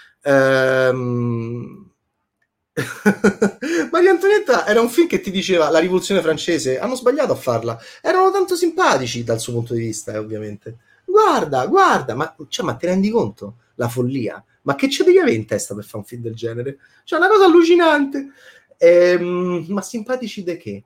ehm... Maria Antonietta era un film che ti diceva la rivoluzione francese, hanno sbagliato a farla, erano tanto simpatici dal suo punto di vista, eh, ovviamente. Guarda, guarda, ma, cioè, ma ti rendi conto? La follia, ma che ci devi avere in testa per fare un film del genere? Cioè, una cosa allucinante. Ehm, ma simpatici de che?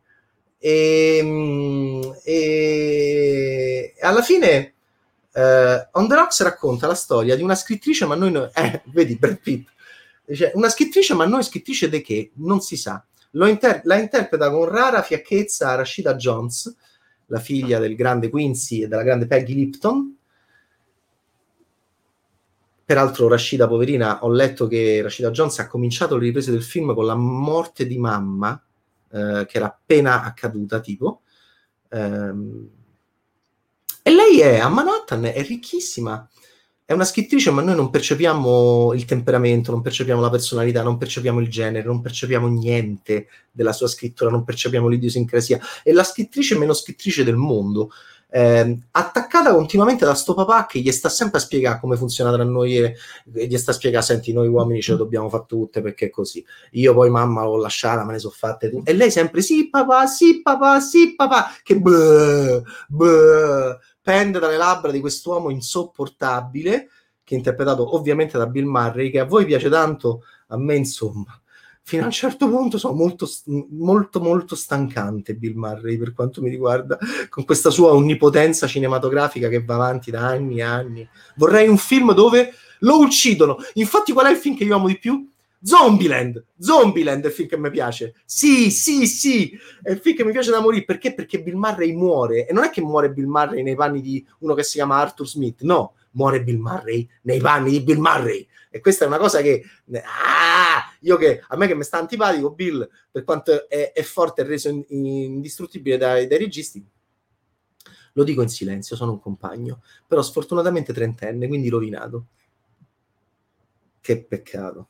Ehm, e alla fine eh, On the Rocks racconta la storia di una scrittrice, ma noi no, eh, vedi Brad Pitt, cioè, una scrittrice, ma noi scrittrice di che? Non si sa. Lo inter- la interpreta con rara fiacchezza Rashida Jones, la figlia del grande Quincy e della grande Peggy Lipton. peraltro Rashida, poverina, ho letto che Rashida Jones ha cominciato le riprese del film con la morte di mamma, eh, che era appena accaduta, tipo. Ehm, e lei è a Manhattan, è ricchissima, è una scrittrice, ma noi non percepiamo il temperamento, non percepiamo la personalità, non percepiamo il genere, non percepiamo niente della sua scrittura, non percepiamo l'idiosincrasia. È la scrittrice meno scrittrice del mondo, eh, attaccata continuamente da sto papà che gli sta sempre a spiegare come funziona tra noi e, e gli sta a spiegare, senti, noi uomini ce le dobbiamo fare tutte perché è così. Io poi mamma l'ho lasciata, me ne sono fatte tutte. E lei sempre, sì papà, sì papà, sì papà, che bleh, bleh, pende dalle labbra di quest'uomo insopportabile, che è interpretato ovviamente da Bill Murray, che a voi piace tanto, a me insomma fino a un certo punto sono molto molto molto stancante Bill Murray per quanto mi riguarda, con questa sua onnipotenza cinematografica che va avanti da anni e anni. Vorrei un film dove lo uccidono. Infatti qual è il film che io amo di più? Zombieland. Zombieland è il film che mi piace. Sì, sì, sì, è il film che mi piace da morire. Perché? Perché Bill Murray muore, e non è che muore Bill Murray nei panni di uno che si chiama Arthur Smith, no, muore Bill Murray nei panni di Bill Murray. E questa è una cosa che ah, io che a me che mi sta antipatico Bill, per quanto è, è forte e reso in, indistruttibile dai, dai registi, lo dico in silenzio, sono un compagno, però sfortunatamente trentenne, quindi rovinato. Che peccato.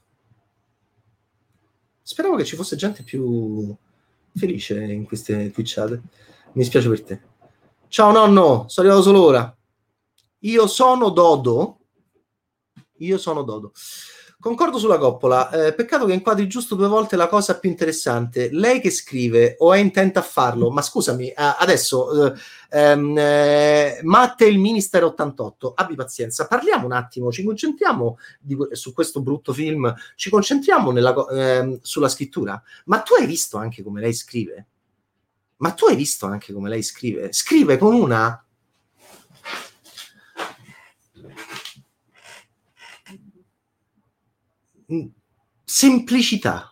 Speravo che ci fosse gente più felice in queste twitchate. Mi spiace per te. Ciao nonno, sono arrivato solo ora. Io sono Dodo. Io sono Dodo. Concordo sulla coppola. Eh, peccato che inquadri giusto due volte la cosa più interessante. Lei che scrive o è intenta a farlo? Ma scusami, eh, adesso eh, ehm, eh, Matte il Minister ottantotto, abbi pazienza, parliamo un attimo, ci concentriamo di, su questo brutto film, ci concentriamo nella, eh, sulla scrittura. Ma tu hai visto anche come lei scrive? Ma tu hai visto anche come lei scrive? Scrive con una... semplicità,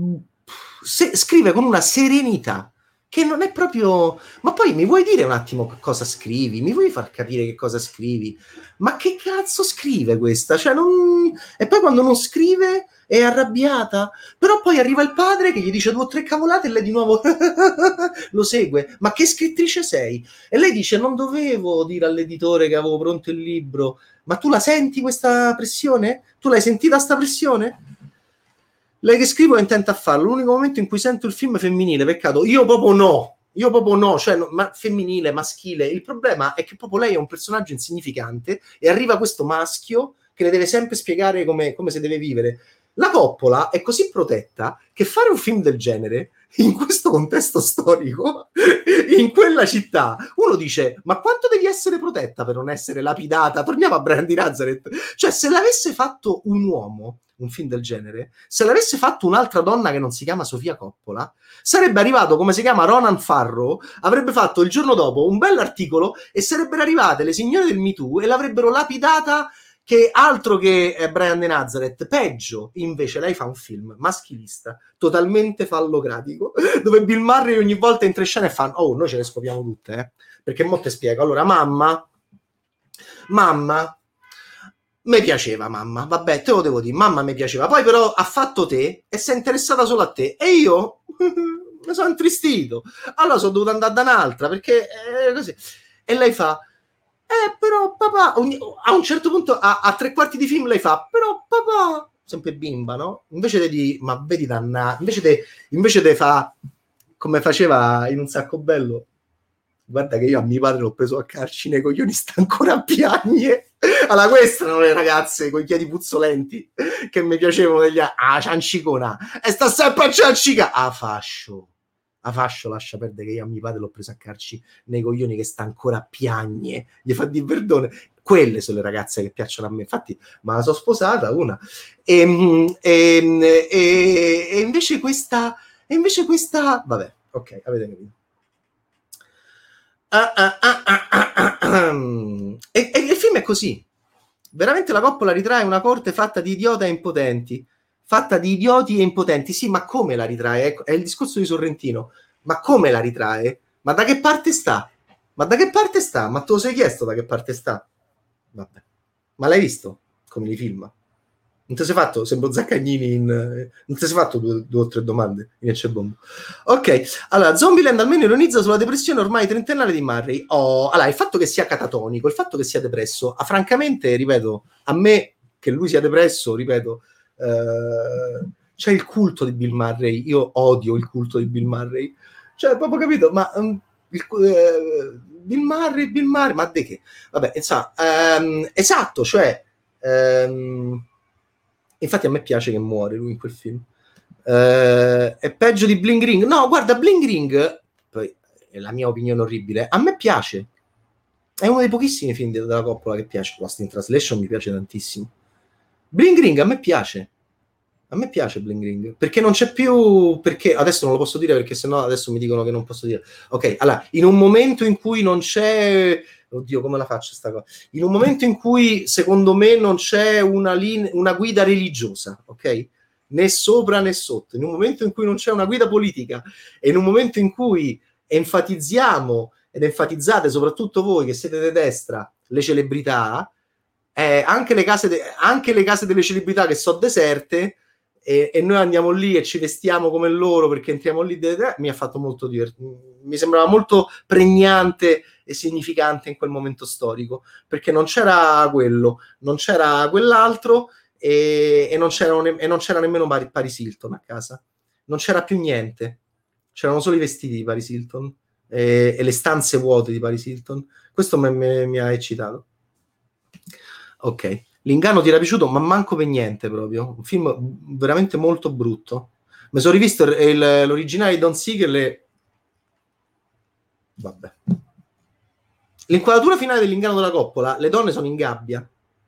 Se, scrive con una serenità che non è proprio... Ma poi mi vuoi dire un attimo cosa scrivi? Mi vuoi far capire che cosa scrivi? Ma che cazzo scrive questa? Cioè non... E poi quando non scrive è arrabbiata, però poi arriva il padre che gli dice due o tre cavolate e lei di nuovo lo segue. Ma che scrittrice sei? E lei dice non dovevo dire all'editore che avevo pronto il libro. Ma tu la senti questa pressione? Tu l'hai sentita sta pressione? Lei che scrivo è intenta a farlo. L'unico momento in cui sento il film femminile, peccato, io proprio no, io proprio no, cioè no, ma femminile, maschile. Il problema è che proprio lei è un personaggio insignificante e arriva questo maschio che le deve sempre spiegare come, come si deve vivere. La Coppola è così protetta che fare un film del genere in questo contesto storico, in quella città, uno dice, ma quanto devi essere protetta per non essere lapidata? Torniamo a Brian di Nazareth. Cioè, se l'avesse fatto un uomo, un film del genere, se l'avesse fatto un'altra donna che non si chiama Sofia Coppola, sarebbe arrivato, come si chiama, Ronan Farrow, avrebbe fatto il giorno dopo un bell'articolo e sarebbero arrivate le signore del Me Too e l'avrebbero lapidata che altro che eh, Brian De Nazareth. Peggio, invece, lei fa un film maschilista, totalmente fallocratico, dove Bill Murray ogni volta entra in scena e fa oh, noi ce le scopiamo tutte, eh? Perché mo te spiego. Allora, mamma, mamma, mi piaceva mamma, vabbè, te lo devo dire, mamma mi piaceva, poi però ha fatto te e si è interessata solo a te, e io mi sono intristito, allora sono dovuto andare da un'altra, perché eh, così. E lei fa eh però papà, ogni, a un certo punto a, a tre quarti di film lei fa però papà, sempre bimba, no? Invece di ma vedi danna, invece de, invece de fa come faceva in Un sacco bello, guarda che io a mio padre l'ho preso a calci nei coglioni, sta ancora a piagne. Allora queste erano le ragazze con i piedi puzzolenti che mi piacevano degli ah ciancicona e sta sempre a ciancica a fascio. A fascio lascia perdere che io a mio padre l'ho preso a calci nei coglioni che sta ancora a piagne, gli fa di perdone. Quelle sono le ragazze che piacciono a me, infatti ma la sono sposata una e, e, e, e invece questa e invece questa vabbè, ok, avete capito. Ah, ah, ah, ah, ah, ah. E, e il film è così, veramente la Coppola ritrae una corte fatta di idioti e impotenti, fatta di idioti e impotenti. Sì, ma come la ritrae? Ecco, è il discorso di Sorrentino. Ma come la ritrae? Ma da che parte sta? Ma da che parte sta? Ma te lo sei chiesto da che parte sta? Vabbè. Ma l'hai visto? come li filma. Non ti sei fatto, sembro Zaccagnini in... Non ti sei fatto due, due o tre domande in Ecce Bombo. Ok, allora, Zombieland almeno ironizza sulla depressione ormai trentennale di Murray. Oh, allora, il fatto che sia catatonico, il fatto che sia depresso, ah, francamente, ripeto, a me, che lui sia depresso, ripeto, eh, c'è il culto di Bill Murray. Io odio il culto di Bill Murray. Cioè, proprio capito, ma... Um, il, eh, Bill Murray, Bill Murray, ma di che? Vabbè, insomma, um, esatto, cioè... Um, infatti a me piace che muore lui in quel film. Uh, è peggio di Bling Ring. No, guarda, Bling Ring, poi è la mia opinione orribile, a me piace. È uno dei pochissimi film della Coppola che piace. Lost in Translation mi piace tantissimo. Bling Ring a me piace. A me piace Bling Ring, perché non c'è più, perché adesso non lo posso dire perché sennò adesso mi dicono che non posso dire. Ok, allora, in un momento in cui non c'è, oddio, come la faccio sta cosa? In un momento in cui secondo me non c'è una, linea, una guida religiosa, ok? Né sopra né sotto, in un momento in cui non c'è una guida politica e in un momento in cui enfatizziamo ed enfatizzate soprattutto voi che siete di destra le celebrità, eh, anche le case de- anche le case delle celebrità che sono deserte, E, e noi andiamo lì e ci vestiamo come loro perché entriamo lì, de- de- mi ha fatto molto divertente, mi sembrava molto pregnante e significante in quel momento storico, perché non c'era quello, non c'era quell'altro e, e, non, c'era ne- e non c'era nemmeno Par- Paris Hilton a casa, non c'era più niente, c'erano solo i vestiti di Paris Hilton e, e le stanze vuote di Paris Hilton. Questo me, me, mi ha eccitato. Ok, L'Inganno ti era piaciuto, ma manco per niente proprio. Un film veramente molto brutto. Mi sono rivisto il, il, l'originale di Don Siegel e... Vabbè. L'inquadratura finale dell'Inganno della Coppola, le donne sono in gabbia.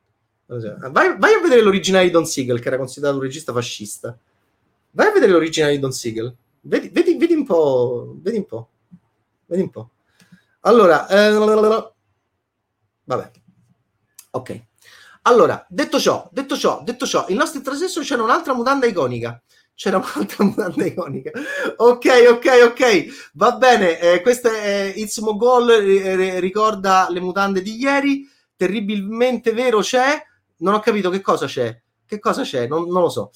Vai, vai a vedere l'originale di Don Siegel, che era considerato un regista fascista. Vai a vedere l'originale di Don Siegel. Vedi, vedi, vedi un po'. Vedi un po'. Vedi un po'. Allora, eh, vabbè. Ok. Allora, detto ciò, detto ciò, detto ciò, il nostro trasmesso c'era un'altra mutanda iconica. C'era un'altra mutanda iconica. Ok, ok, ok. Va bene. Eh, questo è It's Mogol, eh, ricorda le mutande di ieri. Terribilmente vero c'è. Non ho capito che cosa c'è. Che cosa c'è? Non, non lo so.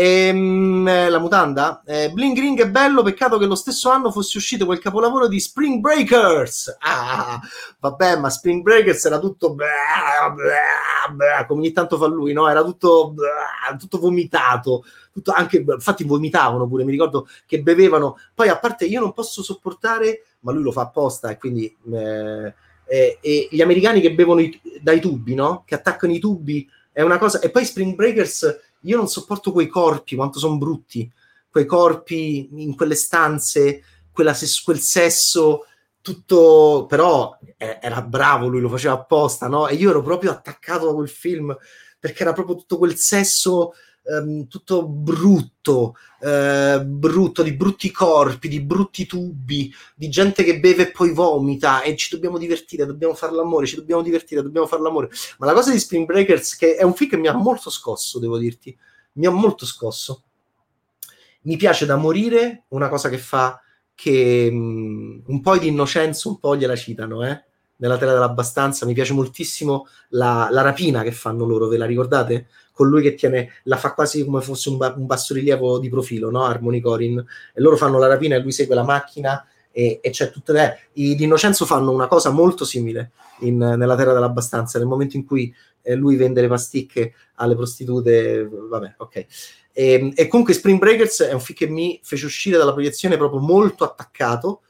Ehm, la mutanda? Eh, Bling Ring è bello, peccato che lo stesso anno fosse uscito quel capolavoro di Spring Breakers. Ah, vabbè, ma Spring Breakers era tutto blah, blah, blah, come ogni tanto fa lui, no? Era tutto, blah, tutto vomitato, tutto anche, infatti vomitavano pure, mi ricordo che bevevano. Poi a parte io non posso sopportare, ma lui lo fa apposta e quindi eh, eh, eh, gli americani che bevono i, dai tubi, no? Che attaccano i tubi, è una cosa. E poi Spring Breakers, io non sopporto quei corpi, quanto sono brutti, quei corpi in quelle stanze, quella ses- quel sesso tutto, però eh, era bravo, lui lo faceva apposta, no? E io ero proprio attaccato a quel film perché era proprio tutto quel sesso ehm, tutto brutto, eh, brutto, di brutti corpi, di brutti tubi, di gente che beve e poi vomita e ci dobbiamo divertire, dobbiamo fare l'amore, ci dobbiamo divertire, dobbiamo fare l'amore. Ma la cosa di Spring Breakers, che è un film che mi ha molto scosso, devo dirti, mi ha molto scosso. Mi piace da morire una cosa che fa, che mh, un po' di innocenza un po' gliela citano, eh? Nella Terra dell'Abbastanza mi piace moltissimo la, la rapina che fanno loro, ve la ricordate? Con lui che tiene, la fa quasi come fosse un, ba- un bassorilievo di profilo, no? Harmony Corin, e loro fanno la rapina e lui segue la macchina e, e c'è tutte le... I di Innocenzo fanno una cosa molto simile in, nella Terra dell'Abbastanza, nel momento in cui eh, lui vende le pasticche alle prostitute, vabbè, ok. E, e comunque Spring Breakers è un film che mi fece uscire dalla proiezione proprio molto attaccato,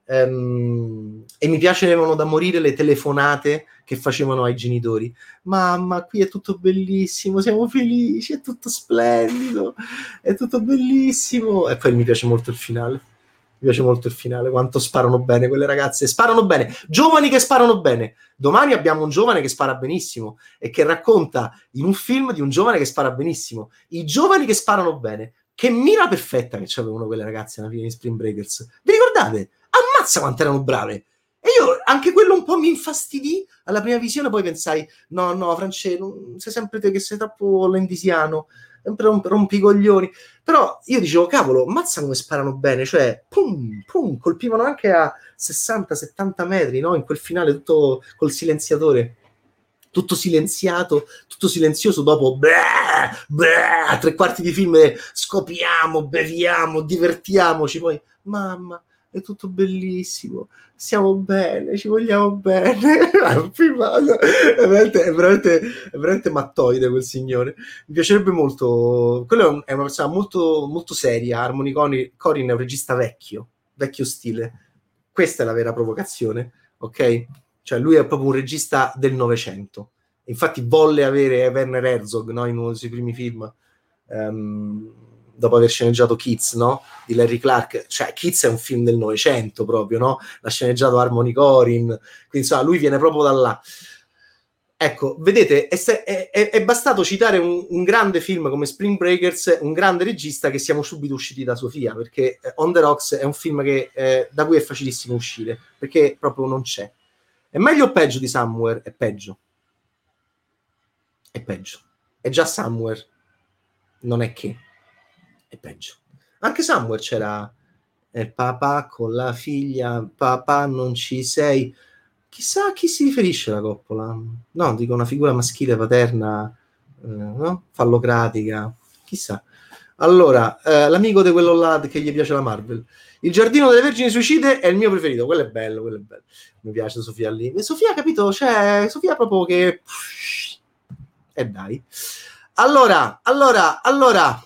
ehm, e mi piacevano da morire le telefonate che facevano ai genitori. Mamma, qui è tutto bellissimo, siamo felici, è tutto splendido, è tutto bellissimo. E poi mi piace molto il finale. Mi piace molto il finale, quanto sparano bene quelle ragazze, sparano bene, giovani che sparano bene. Domani abbiamo un giovane che spara benissimo e che racconta in un film di un giovane che spara benissimo. I giovani che sparano bene. Che mira perfetta che c'avevano quelle ragazze alla fine di Spring Breakers. Vi ricordate? Ammazza quanto erano brave. E io anche quello un po' mi infastidì alla prima visione, poi pensai, no, no, Francesco, sei sempre te che sei troppo lendisiano, sempre romp- rompicoglioni. Però io dicevo, cavolo, mazza come sparano bene, cioè, pum, pum, colpivano anche a sessanta settanta metri, no? In quel finale tutto col silenziatore. tutto silenziato, tutto silenzioso, dopo bleh, bleh, a tre quarti di film scopiamo, beviamo, divertiamoci, poi mamma, è tutto bellissimo, stiamo bene, ci vogliamo bene. È un film, è veramente, è veramente, è veramente mattoide quel signore. Mi piacerebbe molto, quello è una persona molto, molto seria. Harmony Corin è un regista vecchio, vecchio stile. Questa è la vera provocazione, ok? Cioè lui è proprio un regista del Novecento. Infatti volle avere Werner Herzog, no? In uno dei suoi primi film, um, dopo aver sceneggiato Kids, no? Di Larry Clark. Cioè Kids è un film del Novecento proprio, no? L'ha sceneggiato Harmony Corin, quindi insomma lui viene proprio da là. Ecco, vedete, è, è, è bastato citare un, un grande film come Spring Breakers, un grande regista, che siamo subito usciti da Sofia, perché On the Rocks è un film che, eh, da cui è facilissimo uscire, perché proprio non c'è. È meglio o peggio di Somewhere? È peggio. È peggio. È già Somewhere. Non è che. È peggio. Anche Somewhere c'era il papà con la figlia, papà non ci sei. Chissà a chi si riferisce la coppola. No, dico una figura maschile paterna, eh, no? Fallocratica. Chissà. Allora, eh, l'amico di quello là che gli piace la Marvel. Il Giardino delle Vergini Suicide è il mio preferito. Quello è bello, quello è bello. Mi piace Sofia lì. E Sofia, capito? Cioè, Sofia proprio che... E eh dai. Allora, allora, allora...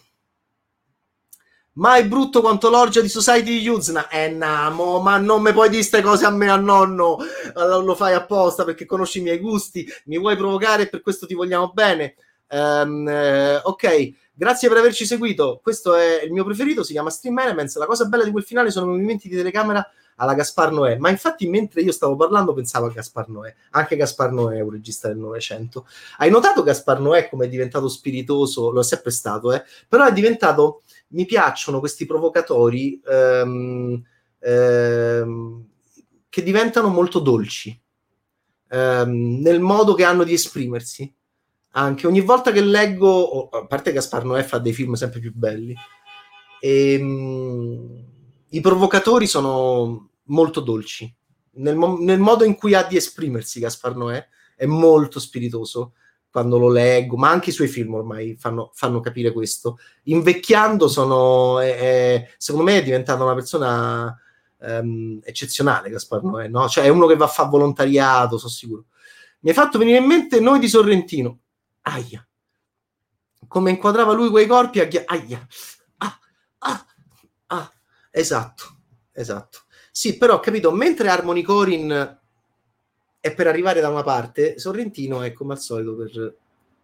mai brutto quanto l'orgia di Society di Yuzna. Eh namo, ma non mi puoi dire ste cose a me, a nonno. Allora, lo fai apposta perché conosci i miei gusti, mi vuoi provocare e per questo ti vogliamo bene. Um, eh, ok, grazie per averci seguito. Questo è il mio preferito, si chiama Stream Elements. La cosa bella di quel finale sono i movimenti di telecamera alla Gaspar Noè, ma infatti mentre io stavo parlando pensavo a Gaspar Noè. Anche Gaspar Noè è un regista del Novecento. Hai notato Gaspar Noè come è diventato spiritoso? Lo è sempre stato, eh? Però è diventato... mi piacciono questi provocatori ehm, ehm, che diventano molto dolci ehm, nel modo che hanno di esprimersi. Anche ogni volta che leggo, a parte Gaspar Noè fa dei film sempre più belli, e, mh, i provocatori sono molto dolci nel, mo- nel modo in cui ha di esprimersi. Gaspar Noè è molto spiritoso quando lo leggo, ma anche i suoi film ormai fanno, fanno capire questo. Invecchiando sono, è, è, secondo me è diventata una persona um, eccezionale Gaspar Noè, no? Cioè è uno che va a fare volontariato, sono sicuro. Mi hai fatto venire in mente Noi di Sorrentino. Aia. Come inquadrava lui quei corpi a... Aia. Ah, ah, ah. Esatto, esatto. Sì, però ho capito, mentre Harmony Corin è per arrivare da una parte, Sorrentino è come al solito per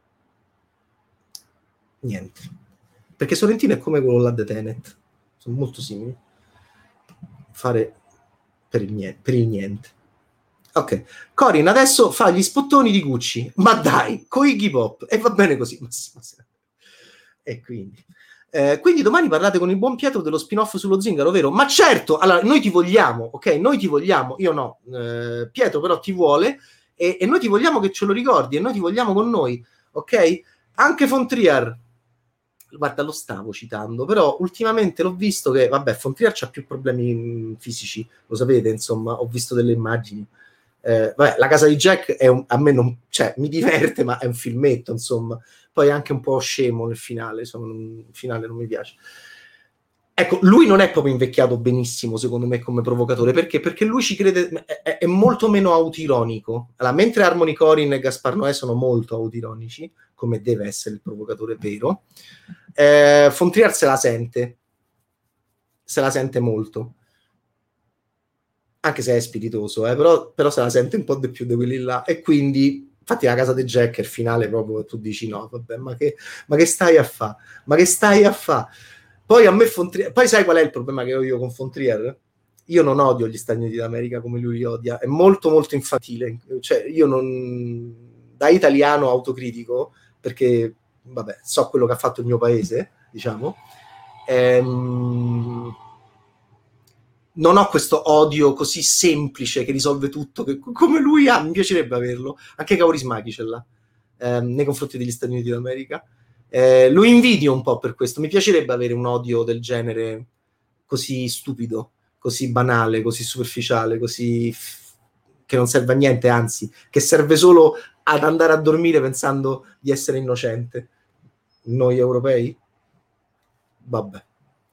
niente, perché Sorrentino è come quello là di Tenet, sono molto simili, fare per il niente, per il niente. Ok, Corin adesso fa gli spottoni di Gucci, ma dai, con Iggy Pop, e va bene così. E quindi Eh, quindi domani parlate con il buon Pietro dello spin-off sullo Zingaro, vero? Ma certo, allora noi ti vogliamo, ok? Noi ti vogliamo, io no, eh, Pietro però ti vuole e, e noi ti vogliamo che ce lo ricordi e noi ti vogliamo con noi, ok? Anche Von Trier, guarda, lo stavo citando, però ultimamente l'ho visto che, vabbè, Von Trier c'ha più problemi fisici, lo sapete, insomma, ho visto delle immagini. Eh, vabbè, La casa di Jack è un, a me non, cioè, mi diverte, ma è un filmetto, insomma. Poi è anche un po' scemo nel finale, insomma, il finale non mi piace. Ecco, lui non è proprio invecchiato benissimo, secondo me, come provocatore, perché? Perché lui ci crede, è, è molto meno autironico. Allora, mentre Harmony Corin e Gaspar Noè sono molto autironici, come deve essere il provocatore vero, eh, Von Trier se la sente, se la sente molto. Anche se è spiritoso, eh, però, però se la sente un po' di più di quelli là, e quindi infatti La casa di Jack è il finale proprio, tu dici no, vabbè, ma che, ma che stai a fa? Ma che stai a fa? Poi a me Von Trier, poi sai qual è il problema che ho io con Von Trier? Io non odio gli Stati Uniti d'America come lui li odia, è molto molto infantile, cioè io non, da italiano autocritico, perché vabbè, so quello che ha fatto il mio paese, diciamo, ehm, non ho questo odio così semplice che risolve tutto, che come lui ha, mi piacerebbe averlo. Anche Kaurismäki ce l'ha ehm, nei confronti degli Stati Uniti d'America. Eh, lo invidio un po' per questo. Mi piacerebbe avere un odio del genere così stupido, così banale, così superficiale, così f- che non serve a niente, anzi, che serve solo ad andare a dormire pensando di essere innocente? Noi europei? Vabbè.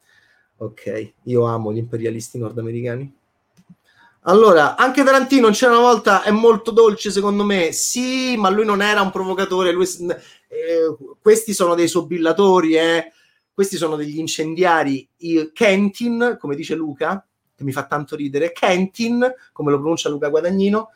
Ok, io amo gli imperialisti nordamericani. Allora, anche Tarantino c'era una volta, è molto dolce secondo me, sì, ma lui non era un provocatore, lui, eh, questi sono dei sobillatori, eh. Questi sono degli incendiari. Il Kentin, come dice Luca, che mi fa tanto ridere, Kentin, come lo pronuncia Luca Guadagnino,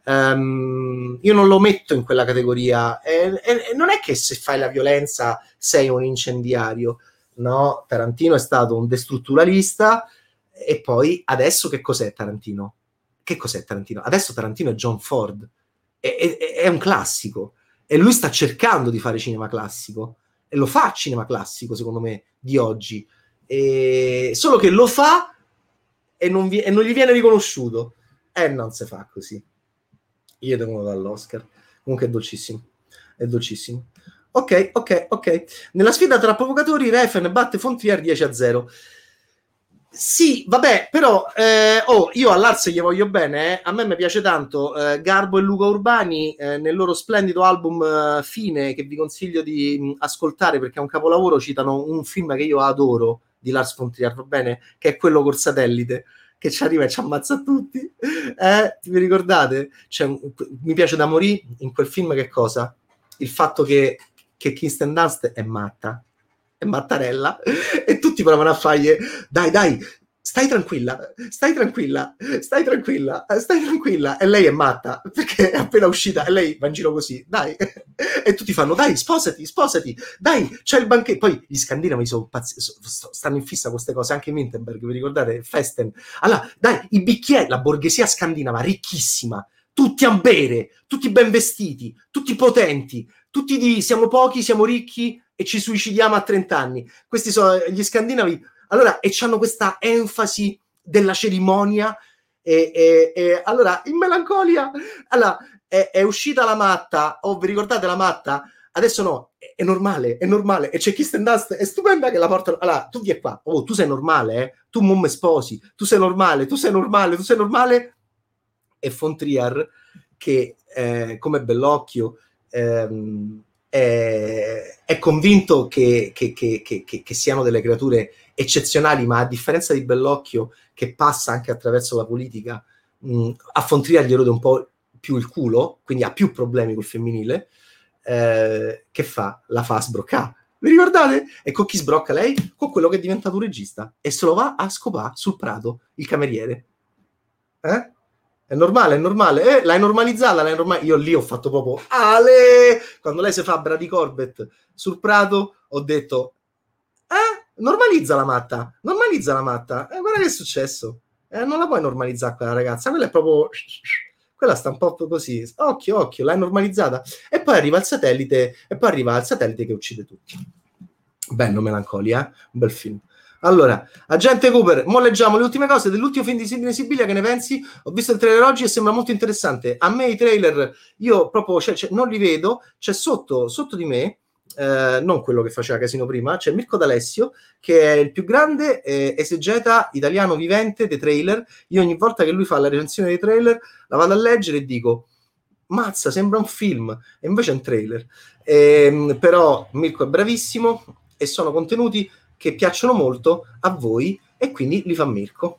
um, io non lo metto in quella categoria, e, e, e non è che se fai la violenza sei un incendiario, no, Tarantino è stato un destrutturalista. E poi adesso che cos'è Tarantino? Che cos'è Tarantino? Adesso Tarantino è John Ford, è, è, è un classico, e lui sta cercando di fare cinema classico, e lo fa cinema classico secondo me di oggi, e... solo che lo fa e non, vi... e non gli viene riconosciuto, e non si fa così. Io devo dare l'Oscar. Comunque è dolcissimo, è dolcissimo. Ok, ok, ok. Nella sfida tra provocatori Refn batte Von Trier dieci a zero. Sì, vabbè, però eh, oh, io all'Ars gli voglio bene, eh. A me mi piace tanto eh, Garbo e Luca Urbani eh, nel loro splendido album eh, Fine, che vi consiglio di mh, ascoltare perché è un capolavoro, citano un film che io adoro di Lars von Trier, va bene? Che è quello col satellite, che ci arriva e ci ammazza tutti. Eh, vi ricordate? Cioè, mi piace da morire in quel film che cosa? Il fatto che, che Kirsten Dunst è matta. Mattarella, e tutti provano a fargli dai dai stai tranquilla stai tranquilla stai tranquilla stai tranquilla e lei è matta perché è appena uscita e lei va in giro così dai e tutti fanno dai sposati sposati dai c'è il banchetto. Poi gli scandinavi sono pazzi, stanno in fissa con queste cose, anche Winterberg, vi ricordate? Festen, allora dai i bicchieri, la borghesia scandinava ricchissima, tutti a bere, tutti ben vestiti, tutti potenti, tutti di siamo pochi, siamo ricchi e ci suicidiamo a trenta anni. Questi sono gli scandinavi. Allora, e c'hanno questa enfasi della cerimonia. E, e, e allora, in Melancolia, allora, è, è uscita la matta. Oh, vi ricordate la matta? Adesso no, è, è normale, è normale. E c'è Kirsten Dunst, è stupenda che la portano. Allora, tu vieni qua. Oh, tu sei normale, eh? Tu mo sposi. Tu sei normale, tu sei normale, tu sei normale. E Von Trier, che eh, come Bellocchio ehm, è, è convinto che, che, che, che, che siano delle creature eccezionali, ma a differenza di Bellocchio, che passa anche attraverso la politica, mh, a Von Trier gli erode un po' più il culo, quindi ha più problemi col femminile, eh, che fa? La fa sbroccare. Vi ricordate? E con chi sbrocca lei? Con quello che è diventato un regista, e se lo va a scopare sul prato, il cameriere. Eh? È normale, è normale. Eh, l'hai normalizzata, l'hai normalizzata. Io lì ho fatto proprio Ale! Quando lei si fa Brady Corbett sul prato, ho detto eh, normalizza la matta, normalizza la matta. Eh, guarda che è successo. Eh, non la puoi normalizzare quella ragazza, quella è proprio quella sta un po' così. Occhio, occhio, l'hai normalizzata. E poi arriva il satellite, e poi arriva il satellite che uccide tutti. Bello Melancolia, eh? Un bel film. Allora, Agente Cooper, mo leggiamo le ultime cose dell'ultimo film di Sidney Sibilia, che ne pensi? Ho visto il trailer oggi e sembra molto interessante. A me i trailer, io proprio, cioè, cioè, non li vedo, c'è sotto, sotto di me, eh, non quello che faceva Casino prima, c'è Mirko D'Alessio, che è il più grande eh, esegeta italiano vivente dei trailer. Io ogni volta che lui fa la recensione dei trailer, la vado a leggere e dico, mazza, sembra un film, e invece è un trailer. Eh, però Mirko è bravissimo, e sono contenuti che piacciono molto a voi, e quindi li fa Mirko.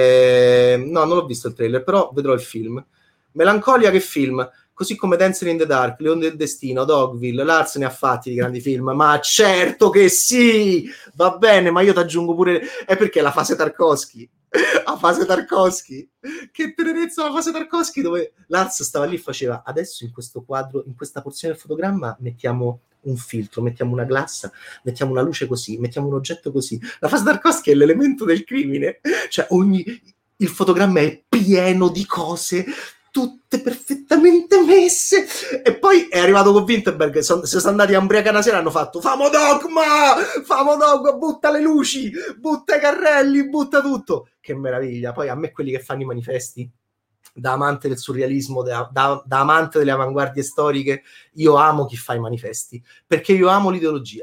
Eh, no, non l'ho visto il trailer, però vedrò il film. Melancolia, che film? Così come Dancer in the Dark, Leone del Destino, Dogville, Lars ne ha fatti di grandi film, ma certo che sì, va bene, ma io ti aggiungo pure, è perché la fase Tarkovsky, la fase Tarkovsky, che tenerezza la fase Tarkovsky, dove Lars stava lì e faceva, adesso in questo quadro, in questa porzione del fotogramma mettiamo un filtro, mettiamo una glassa, mettiamo una luce così, mettiamo un oggetto così. La fase Tarkovsky è l'elemento del crimine, cioè ogni, il fotogramma è pieno di cose tutte perfettamente messe. E poi è arrivato con Winterberg, son, si sono andati a ubriacare una sera, hanno fatto famo dogma, famo dogma, butta le luci, butta i carrelli, butta tutto. Che meraviglia. Poi a me quelli che fanno i manifesti, da amante del surrealismo, da, da, da amante delle avanguardie storiche, io amo chi fa i manifesti, perché io amo l'ideologia.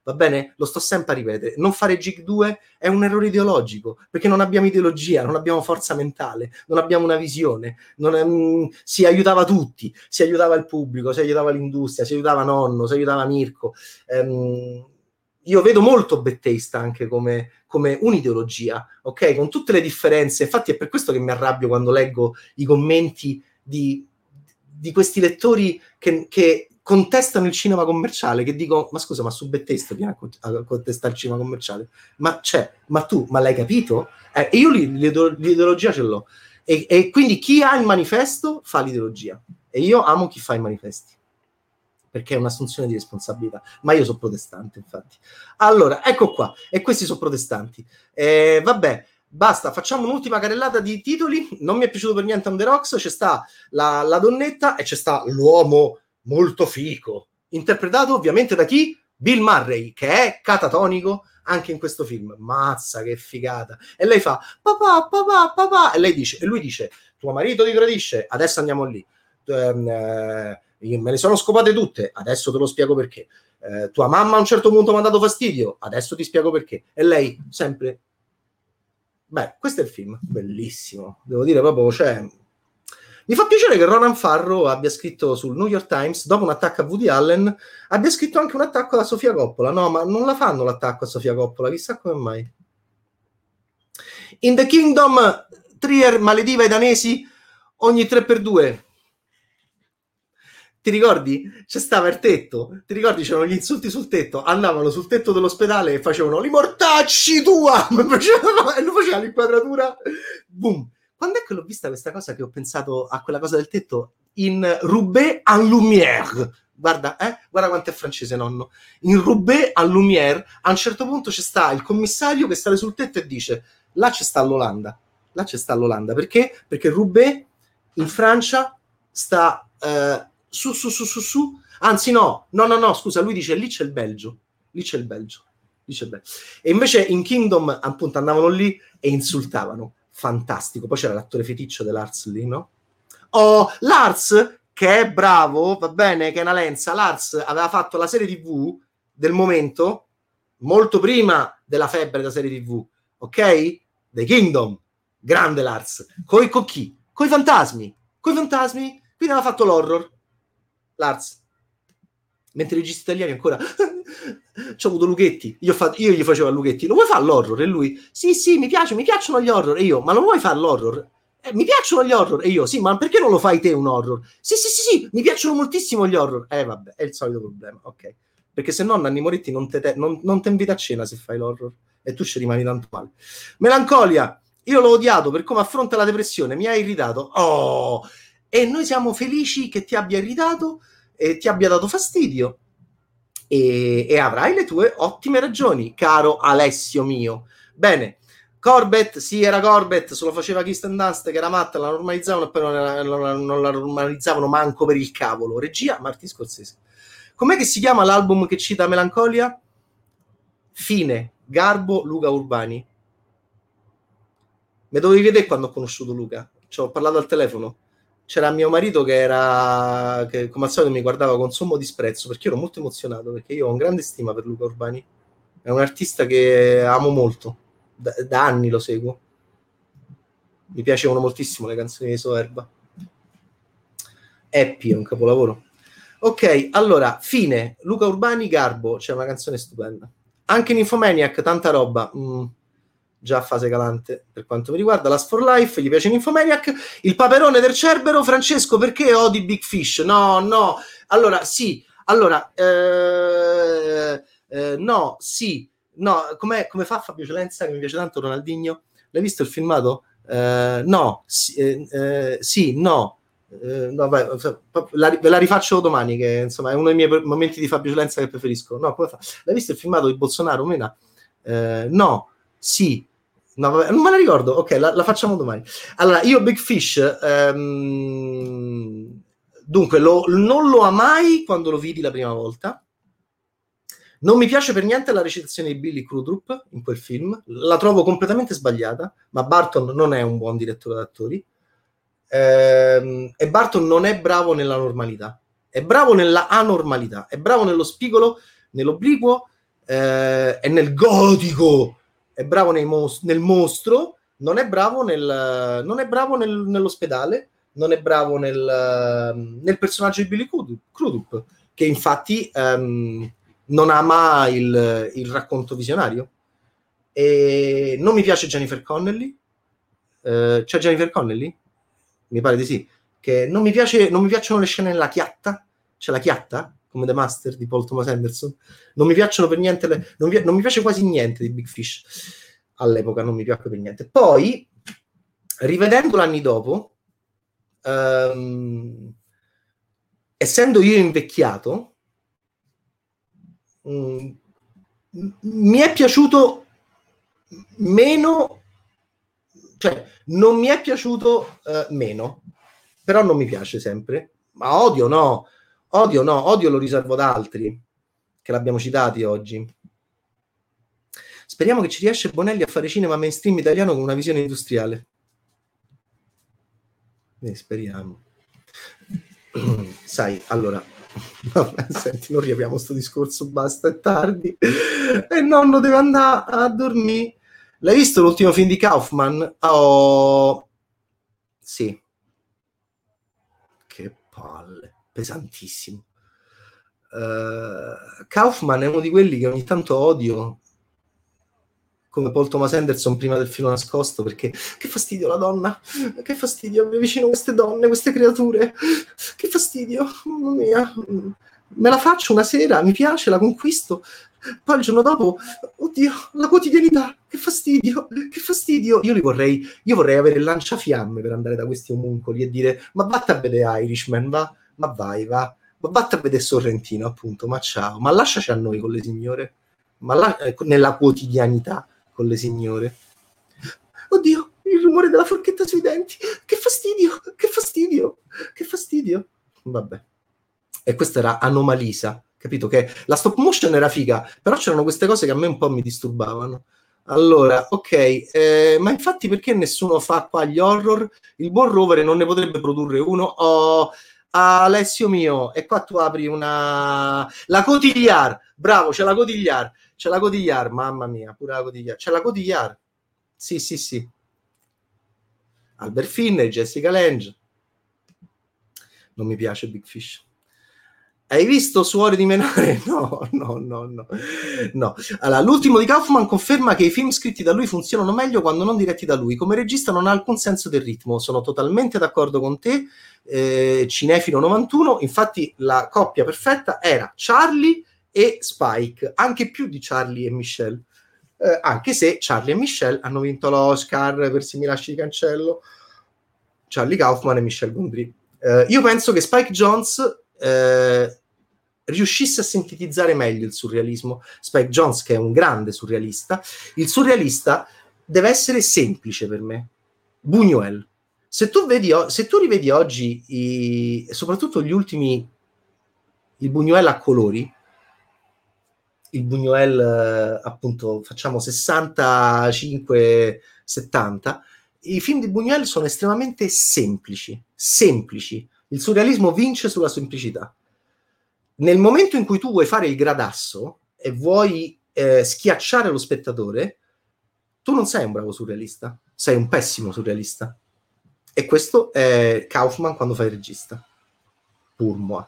va bene? Lo sto sempre a ripetere. Non fare Gig due è un errore ideologico, perché non abbiamo ideologia, non abbiamo forza mentale, non abbiamo una visione, non è, mh, si aiutava tutti, si aiutava il pubblico, si aiutava l'industria, si aiutava nonno, si aiutava Mirko. Ehm, io vedo molto Bad Taste anche come, come un'ideologia, ok? Con tutte le differenze. Infatti è per questo che mi arrabbio quando leggo i commenti di, di questi lettori che, che contestano il cinema commerciale, che dicono, ma scusa, ma su Bad Taste vieni a contestare il cinema commerciale? Ma c'è, ma tu, ma l'hai capito? Eh, e io l'ideologia ce l'ho. E, e quindi chi ha il manifesto fa l'ideologia. E io amo chi fa i manifesti, perché è un'assunzione di responsabilità. Ma io sono protestante, infatti. Allora, ecco qua. E questi sono protestanti. Eh, vabbè, basta. Facciamo un'ultima carrellata di titoli. Non mi è piaciuto per niente On The Rocks. C'è sta la, la donnetta e c'è sta l'uomo molto fico, interpretato ovviamente da chi? Bill Murray, che è catatonico anche in questo film. Mazza, che figata. E lei fa, papà, papà, papà. E lei dice, e lui dice, tuo marito ti tradisce, adesso andiamo lì. Eh, me le sono scopate tutte, adesso te lo spiego perché. Eh, tua mamma a un certo punto mi ha dato fastidio, adesso ti spiego perché. E lei sempre, beh, questo è il film, bellissimo, devo dire proprio, cioè, mi fa piacere che Ronan Farrow abbia scritto sul New York Times, dopo un attacco a Woody Allen, abbia scritto anche un attacco a Sofia Coppola. No, ma non la fanno l'attacco a Sofia Coppola, chissà come mai. In The Kingdom, Trier malediva i danesi ogni tre per due. Ti ricordi? C'è stava il tetto, ti ricordi? C'erano gli insulti sul tetto, andavano sul tetto dell'ospedale e facevano li mortacci tua! E lui faceva l'inquadratura, boom. Quando è che l'ho vista questa cosa che ho pensato a quella cosa del tetto? In Roubaix en Lumière. Guarda, eh? Guarda quanto è francese, nonno. In Roubaix en Lumière, a un certo punto c'è sta il commissario che sta sul tetto e dice, là c'è sta l'Olanda. Là c'è sta l'Olanda. Perché? Perché Roubaix, in Francia, sta... Eh, su su su su su anzi no no no no scusa, lui dice lì c'è il Belgio lì c'è il Belgio lì c'è il Belgio e invece in Kingdom appunto andavano lì e insultavano. Fantastico. Poi c'era l'attore feticcio dell'Ars lì, no? Oh, Lars che è bravo, va bene, che è una lenza. Lars aveva fatto la serie tv del momento molto prima della febbre da serie tv, ok? The Kingdom, grande Lars, coi con chi? Coi fantasmi coi fantasmi quindi aveva fatto l'horror Lars, mentre i registi italiani ancora c'ho avuto Luchetti, io, fa... io gli facevo a Luchetti, lo vuoi fare l'horror? E lui, sì sì, mi piace, mi piacciono gli horror. E io, ma lo vuoi fare l'horror? Eh, mi piacciono gli horror. E io, sì, ma perché non lo fai te un horror? Sì sì sì sì, mi piacciono moltissimo gli horror. Eh vabbè, è il solito problema, ok, perché se no Nanni Moretti non te, te... non, non te invita a cena se fai l'horror e tu ci rimani tanto male. Melancolia, io l'ho odiato per come affronta la depressione, mi ha irritato. Oh, e noi siamo felici che ti abbia irritato e ti abbia dato fastidio e, e avrai le tue ottime ragioni, caro Alessio mio. Bene, Corbett, sì, era Corbett, se lo faceva Kirsten Dunst che era matta, la normalizzavano e poi non, era, non, non la normalizzavano manco per il cavolo. Regia Martin Scorsese. Com'è che si chiama l'album che cita Melancolia? Fine, Garbo, Luca Urbani. Me dovevi vedere quando ho conosciuto Luca, ci ho parlato al telefono. C'era mio marito che era che come al solito mi guardava con sommo disprezzo perché io ero molto emozionato, perché io ho un grande stima per Luca Urbani, è un artista che amo molto, da, da anni lo seguo, mi piacevano moltissimo le canzoni di Soerba. Happy è un capolavoro. Ok, allora, fine, Luca Urbani, Garbo, c'è una canzone stupenda. Anche in Nymphomaniac, tanta roba. Mm. Già fase calante per quanto mi riguarda. Last for Life, gli piace Nymphomaniac. Il Paperone del Cerbero. Francesco, perché odi Big Fish? No, no, allora sì, allora eh, eh, no, sì, no, com'è, come fa Fabio Celenza che mi piace tanto, Ronaldinho? L'hai visto il filmato? Eh, no, sì, eh, eh, sì, no eh, no, vai, la, ve la rifaccio domani che insomma è uno dei miei momenti di Fabio Celenza che preferisco. No, come fa? L'hai visto il filmato di Bolsonaro? Mena? Eh, no, sì. No, vabbè, non me la ricordo. Ok, la, la facciamo domani. Allora, io Big Fish ehm, dunque lo, non lo amai quando lo vidi la prima volta. Non mi piace per niente la recitazione di Billy Crudup in quel film, la trovo completamente sbagliata, ma Barton non è un buon direttore d'attori ehm, e Barton non è bravo nella normalità, è bravo nella anormalità, è bravo nello spigolo, nell'obliquo, eh, è nel gotico, è bravo nei mos- nel mostro, non è bravo, nel, non è bravo nel, nell'ospedale, non è bravo nel, nel personaggio di Billy Crudup, che infatti um, non ama il, il racconto visionario. E non mi piace Jennifer Connelly. Uh, c'è Jennifer Connelly? Mi pare di sì. Che non mi piace, non mi piacciono le scene nella chiatta. C'è la chiatta, come The Master di Paul Thomas Anderson. Non mi piacciono per niente, le, non, mi, non mi piace quasi niente di Big Fish. All'epoca non mi piacque per niente. Poi, rivedendolo anni dopo, um, essendo io invecchiato, um, mi è piaciuto meno, cioè non mi è piaciuto uh, meno, però non mi piace sempre. Ma odio no, odio no, odio lo riservo ad altri, che l'abbiamo citati oggi. Speriamo che ci riesce Bonelli a fare cinema mainstream italiano con una visione industriale. Eh, speriamo. Sai, allora, senti, non riapriamo sto discorso, basta, è tardi. E nonno deve andare a dormire. L'hai visto l'ultimo film di Kaufman? Oh, sì. Che palle, pesantissimo. Uh, Kaufman è uno di quelli che ogni tanto odio, come Paul Thomas Anderson prima del filo nascosto, perché che fastidio la donna, che fastidio, mi vicino queste donne, queste creature, che fastidio, mamma mia, me la faccio una sera, mi piace, la conquisto, poi il giorno dopo, oddio, la quotidianità, che fastidio, che fastidio, io li vorrei, io vorrei avere il lanciafiamme per andare da questi omuncoli e dire, ma vatta a vedere Irishman, va, ma vai, va, ma vatta a vedere Sorrentino, appunto, ma ciao, ma lasciaci a noi con le signore, ma la, eh, nella quotidianità, con le signore. Oddio, il rumore della forchetta sui denti, che fastidio, che fastidio, che fastidio. Vabbè. E questa era Anomalisa, capito? Che la stop motion era figa, però c'erano queste cose che a me un po' mi disturbavano. Allora, ok, eh, ma infatti perché nessuno fa qua gli horror? Il buon Rovere non ne potrebbe produrre uno? Oh, Alessio mio, e qua tu apri una... La Cotillard, bravo, c'è la Cotillard. C'è la Cotillard, mamma mia, pure la Cotillard. C'è la Cotillard. Sì, sì, sì. Albert Finney, Jessica Lange. Non mi piace Big Fish. Hai visto Suore di Menare? No, no, no, no. no. Allora, l'ultimo di Kaufman conferma che i film scritti da lui funzionano meglio quando non diretti da lui. Come regista non ha alcun senso del ritmo. Sono totalmente d'accordo con te, eh, Cinefilo novantuno. Infatti la coppia perfetta era Charlie e Spike, anche più di Charlie e Michelle. Eh, anche se Charlie e Michelle hanno vinto l'Oscar per Se mi lasci di cancello. Charlie Kaufman e Michelle Gondry. Eh, io penso che Spike Jonze eh, riuscisse a sintetizzare meglio il surrealismo. Spike Jonze, che è un grande surrealista, il surrealista deve essere semplice per me. Buñuel. Se tu vedi, se tu rivedi oggi i, soprattutto gli ultimi, il Buñuel a colori, il Buñuel appunto facciamo sessantacinque settanta, i film di Buñuel sono estremamente semplici, semplici. Il surrealismo vince sulla semplicità. Nel momento in cui tu vuoi fare il gradasso e vuoi eh, schiacciare lo spettatore, tu non sei un bravo surrealista, sei un pessimo surrealista. E questo è Kaufman quando fa il regista. Pour moi.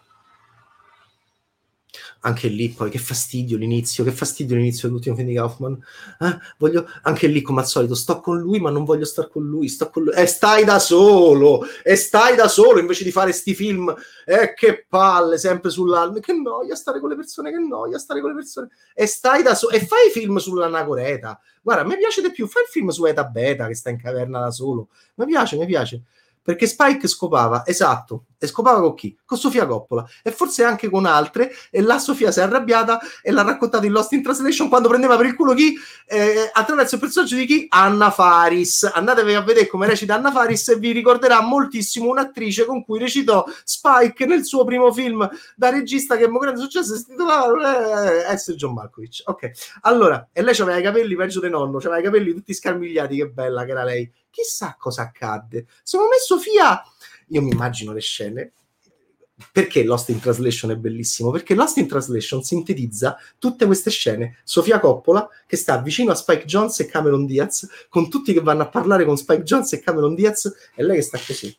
Anche lì poi che fastidio l'inizio, che fastidio l'inizio dell'ultimo film di Kaufman. Eh, voglio, anche lì come al solito, sto con lui ma non voglio star con lui, sto con lui. E stai da solo, e stai da solo invece di fare sti film. Eh, che palle, sempre sull'album. Che noia stare con le persone, che noia stare con le persone. E stai da solo, e fai film sull'anacoreta. Guarda, a me piace di più, fai il film su Eta Beta che sta in caverna da solo. Mi piace, mi piace. Perché Spike scopava, esatto, e scopava con chi? Con Sofia Coppola, e forse anche con altre, e la Sofia si è arrabbiata e l'ha raccontato in Lost in Translation quando prendeva per il culo chi? Eh, attraverso il personaggio di chi? Anna Faris. Andatevi a vedere come recita Anna Faris e vi ricorderà moltissimo un'attrice con cui recitò Spike nel suo primo film da regista che è un grande successo, si intitolava eh, S. John Malkovich. Ok, allora, e lei aveva i capelli peggio di nonno, aveva i capelli tutti scarmigliati, che bella che era lei. Chissà cosa accadde. Secondo me Sofia, io mi immagino le scene, Perché Lost in Translation è bellissimo? Perché Lost in Translation sintetizza tutte queste scene. Sofia Coppola che sta vicino a Spike Jonze e Cameron Diaz, con tutti che vanno a parlare con Spike Jonze e Cameron Diaz, e lei che sta così.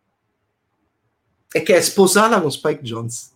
E che è sposata con Spike Jonze.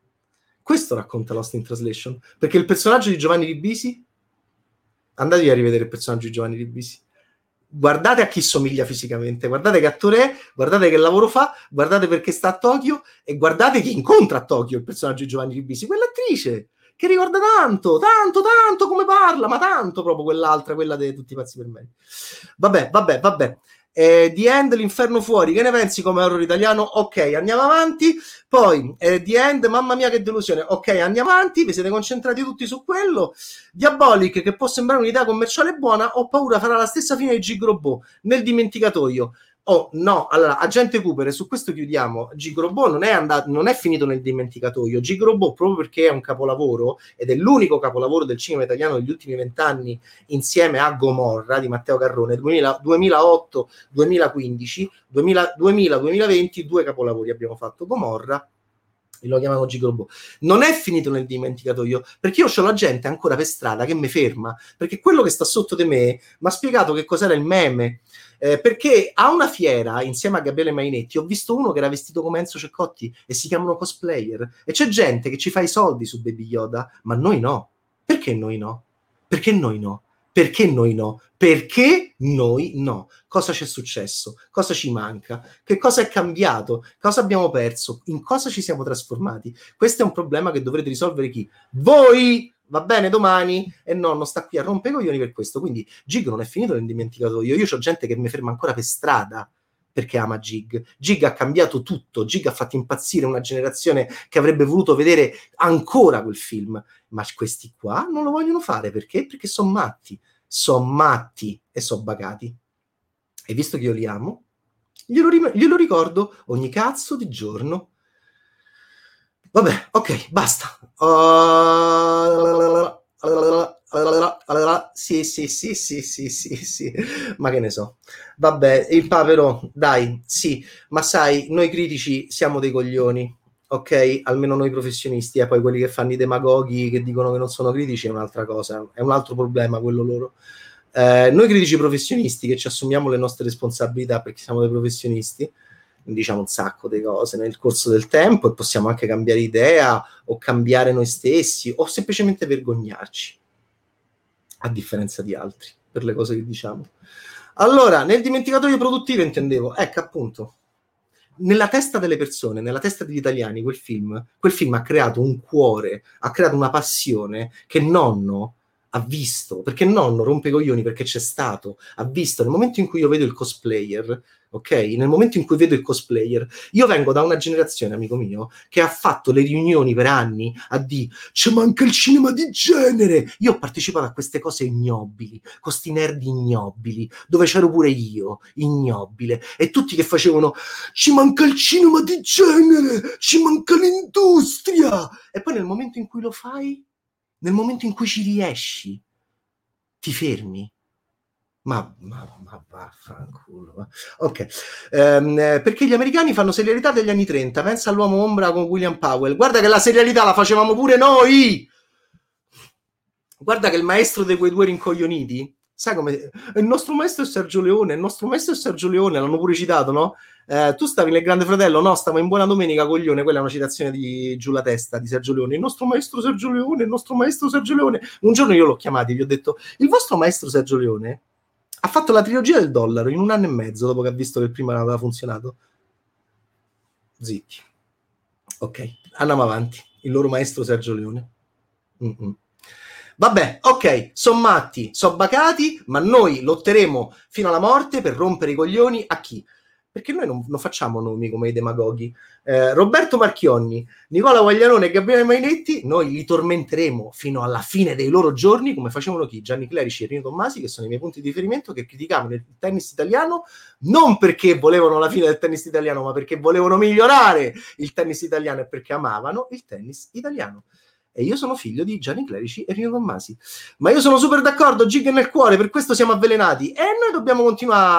Questo racconta Lost in Translation. Perché il personaggio di Giovanni Ribisi, andatevi a rivedere il personaggio di Giovanni Ribisi, guardate a chi somiglia fisicamente, guardate che attore è, guardate che lavoro fa, guardate perché sta a Tokyo e guardate chi incontra a Tokyo il personaggio di Giovanni Ribisi, quell'attrice che ricorda tanto, tanto, tanto come parla, ma tanto proprio quell'altra, quella di Tutti i pazzi per me. Vabbè, vabbè, vabbè. Eh, The End, L'Inferno Fuori, che ne pensi come horror italiano? Ok, andiamo avanti. Poi eh, The End, mamma mia che delusione. Ok, andiamo avanti, vi siete concentrati tutti su quello. Diabolic, che può sembrare un'idea commerciale buona, ho paura farà la stessa fine di Gigrobot nel dimenticatoio. Oh no, allora Agente Cooper, e su questo chiudiamo. Gigrobot non è andato, non è finito nel dimenticatoio. Gigrobot, proprio perché è un capolavoro ed è l'unico capolavoro del cinema italiano degli ultimi vent'anni, insieme a Gomorra di Matteo Carrone, duemilaotto duemilaquindici, duemila, duemila duemilaventi, due capolavori abbiamo fatto. Gomorra e lo chiamano Gigrobot. Non è finito nel dimenticatoio, perché io ho la gente ancora per strada che mi ferma, perché quello che sta sotto di me mi ha spiegato che cos'era il meme. Eh, perché a una fiera insieme a Gabriele Mainetti ho visto uno che era vestito come Enzo Ceccotti e si chiamano cosplayer, e c'è gente che ci fa i soldi su Baby Yoda, ma noi no. Perché noi no? Perché noi no? Perché noi no? Perché noi no? Cosa c'è successo? Cosa ci manca? Che cosa è cambiato? Cosa abbiamo perso? In cosa ci siamo trasformati? Questo è un problema che dovrete risolvere chi? Voi! Va bene domani? E no, non sta qui a rompere i coglioni per questo. Quindi Gig non è finito nel dimenticatoio. Io ho gente che mi ferma ancora per strada perché ama Gig. Gig ha cambiato tutto. Gig ha fatto impazzire una generazione che avrebbe voluto vedere ancora quel film. Ma questi qua non lo vogliono fare. Perché? Perché sono matti. Sono matti e sono bagati. E visto che io li amo, glielo, rim- glielo ricordo ogni cazzo di giorno. Vabbè, ok, basta. Uh... Sì, sì, sì, sì, sì, sì, sì, ma che ne so. Vabbè, il papero, dai, sì, ma sai, noi critici siamo dei coglioni, ok? Almeno noi professionisti, e eh? Poi quelli che fanno i demagoghi, che dicono che non sono critici, è un'altra cosa, è un altro problema quello loro. Eh, noi critici professionisti che ci assumiamo le nostre responsabilità perché siamo dei professionisti, diciamo un sacco di cose nel corso del tempo e possiamo anche cambiare idea o cambiare noi stessi o semplicemente vergognarci, a differenza di altri, per le cose che diciamo. Allora, nel dimenticatoio produttivo intendevo, ecco appunto, nella testa delle persone, nella testa degli italiani, quel film, quel film ha creato un cuore, ha creato una passione che nonno ha visto, perché nonno rompe i coglioni perché c'è stato, ha visto nel momento in cui io vedo il cosplayer, ok? Nel momento in cui vedo il cosplayer, io vengo da una generazione, amico mio, che ha fatto le riunioni per anni a dire ci manca il cinema di genere. Io ho partecipato a queste cose ignobili, con sti nerd ignobili, dove c'ero pure io, ignobile, e tutti che facevano ci manca il cinema di genere, ci manca l'industria. E poi nel momento in cui lo fai, nel momento in cui ci riesci, ti fermi. Ma, ma, ma vaffanculo. Ok, ehm, perché gli americani fanno serialità degli anni trenta. Pensa all'uomo ombra con William Powell. Guarda che la serialità la facevamo pure noi. Guarda che il maestro di quei due rincoglioniti, sai come il nostro maestro è Sergio Leone, il nostro maestro è Sergio Leone, l'hanno pure citato, no? Eh, tu stavi nel Grande Fratello, no? Stavo in Buona Domenica, coglione. Quella è una citazione di Giù la testa di Sergio Leone. Il nostro maestro Sergio Leone, il nostro maestro Sergio Leone. Un giorno io l'ho chiamato e gli ho detto: il vostro maestro Sergio Leone ha fatto la trilogia del dollaro in un anno e mezzo dopo che ha visto che il primo non aveva funzionato. Zitti. Ok, andiamo avanti. Il loro maestro Sergio Leone. Mm-mm. Vabbè, ok, sono matti, sono bacati, ma noi lotteremo fino alla morte per rompere i coglioni a chi? Perché noi non, non facciamo nomi come i demagoghi. Eh, Roberto Marchionni, Nicola Guaglianone e Gabriele Mainetti, noi li tormenteremo fino alla fine dei loro giorni, come facevano chi? Gianni Clerici e Rino Tommasi, che sono i miei punti di riferimento, che criticavano il tennis italiano, non perché volevano la fine del tennis italiano, ma perché volevano migliorare il tennis italiano e perché amavano il tennis italiano. E io sono figlio di Gianni Clerici e Rino Tommasi. Ma io sono super d'accordo, Gig nel cuore, per questo siamo avvelenati. E noi dobbiamo continuare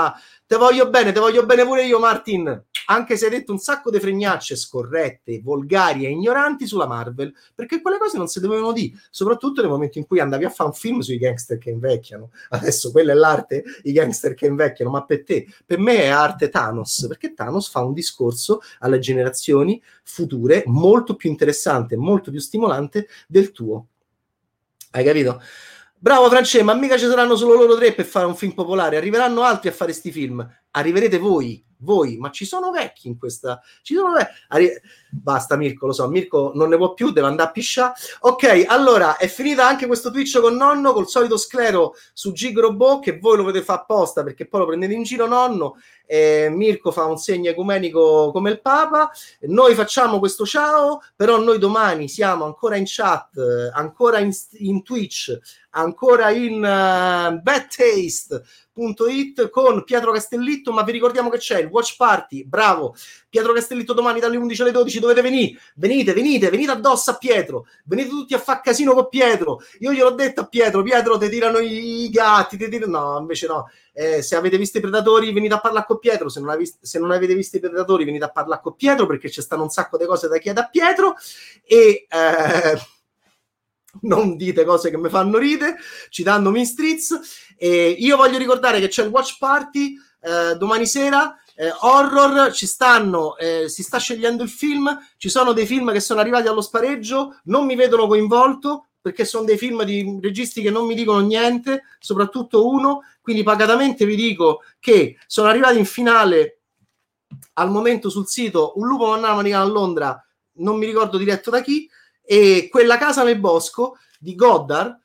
te voglio bene, te voglio bene pure io, Martin, anche se hai detto un sacco di fregnacce scorrette, volgari e ignoranti sulla Marvel, perché quelle cose non si dovevano dire, soprattutto nel momento in cui andavi a fare un film sui gangster che invecchiano. Adesso quella è l'arte, i gangster che invecchiano, ma per te, per me è arte Thanos, perché Thanos fa un discorso alle generazioni future molto più interessante, molto più stimolante del tuo. Hai capito? Bravo Francesco, ma mica ci saranno solo loro tre per fare un film popolare, arriveranno altri a fare sti film, arriverete voi, voi, ma ci sono vecchi in questa, ci sono vecchi. Arri- basta Mirko, lo so, Mirko non ne può più, deve andare a pisciare. Ok, allora è finita anche questo Twitch con nonno, col solito sclero su Gig Robot, che voi lo potete fare apposta perché poi lo prendete in giro nonno. Eh, Mirko fa un segno ecumenico come il Papa, noi facciamo questo ciao, però noi domani siamo ancora in chat, eh, ancora in, in Twitch, ancora in uh, bad taste punto it con Pietro Castellitto, ma vi ricordiamo che c'è il watch party, bravo, Pietro Castellitto domani dalle undici alle dodici, dovete venire, venite, venite, venite addosso a Pietro, venite tutti a far casino con Pietro, io gliel'ho detto a Pietro, Pietro ti tirano i, i gatti, ti tirano, no, invece no, eh, se avete visto i Predatori venite a parlare con Pietro, se non, avete, se non avete visto i Predatori venite a parlare con Pietro, perché ci stanno un sacco di cose da chiedere a Pietro, e... Eh, non dite cose che mi fanno ridere, citandomi Streets. E io voglio ricordare che c'è il watch party eh, domani sera, eh, horror, ci stanno, eh, si sta scegliendo il film, ci sono dei film che sono arrivati allo spareggio, non mi vedono coinvolto perché sono dei film di registi che non mi dicono niente, soprattutto uno, quindi pacatamente vi dico che sono arrivati in finale al momento sul sito Un lupo mannato americano a Londra, non mi ricordo diretto da chi, e Quella casa nel bosco di Goddard,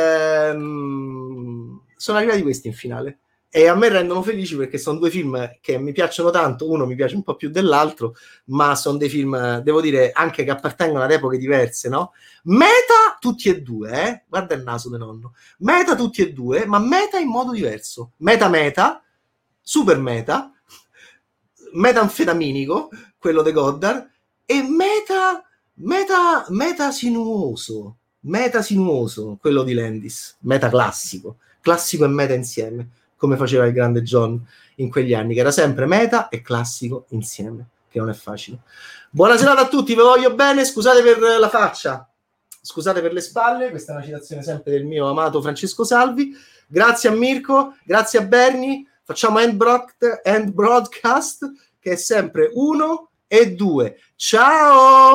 ehm, sono arrivati questi in finale e a me rendono felici perché sono due film che mi piacciono tanto, uno mi piace un po' più dell'altro, ma sono dei film, devo dire, anche che appartengono ad epoche diverse, no? Meta tutti e due, eh? Guarda il naso di nonno, meta tutti e due, ma meta in modo diverso, meta meta, super meta, metanfetaminico, quello di Goddard, e meta Meta, meta sinuoso, meta sinuoso, quello di Landis, meta classico, classico e meta insieme, come faceva il grande John in quegli anni, che era sempre meta e classico insieme, che non è facile. Buona serata a tutti, vi voglio bene, scusate per la faccia, scusate per le spalle, questa è una citazione sempre del mio amato Francesco Salvi, grazie a Mirko, grazie a Bernie, facciamo end, broad- end broadcast, che è sempre uno e due. Ciao!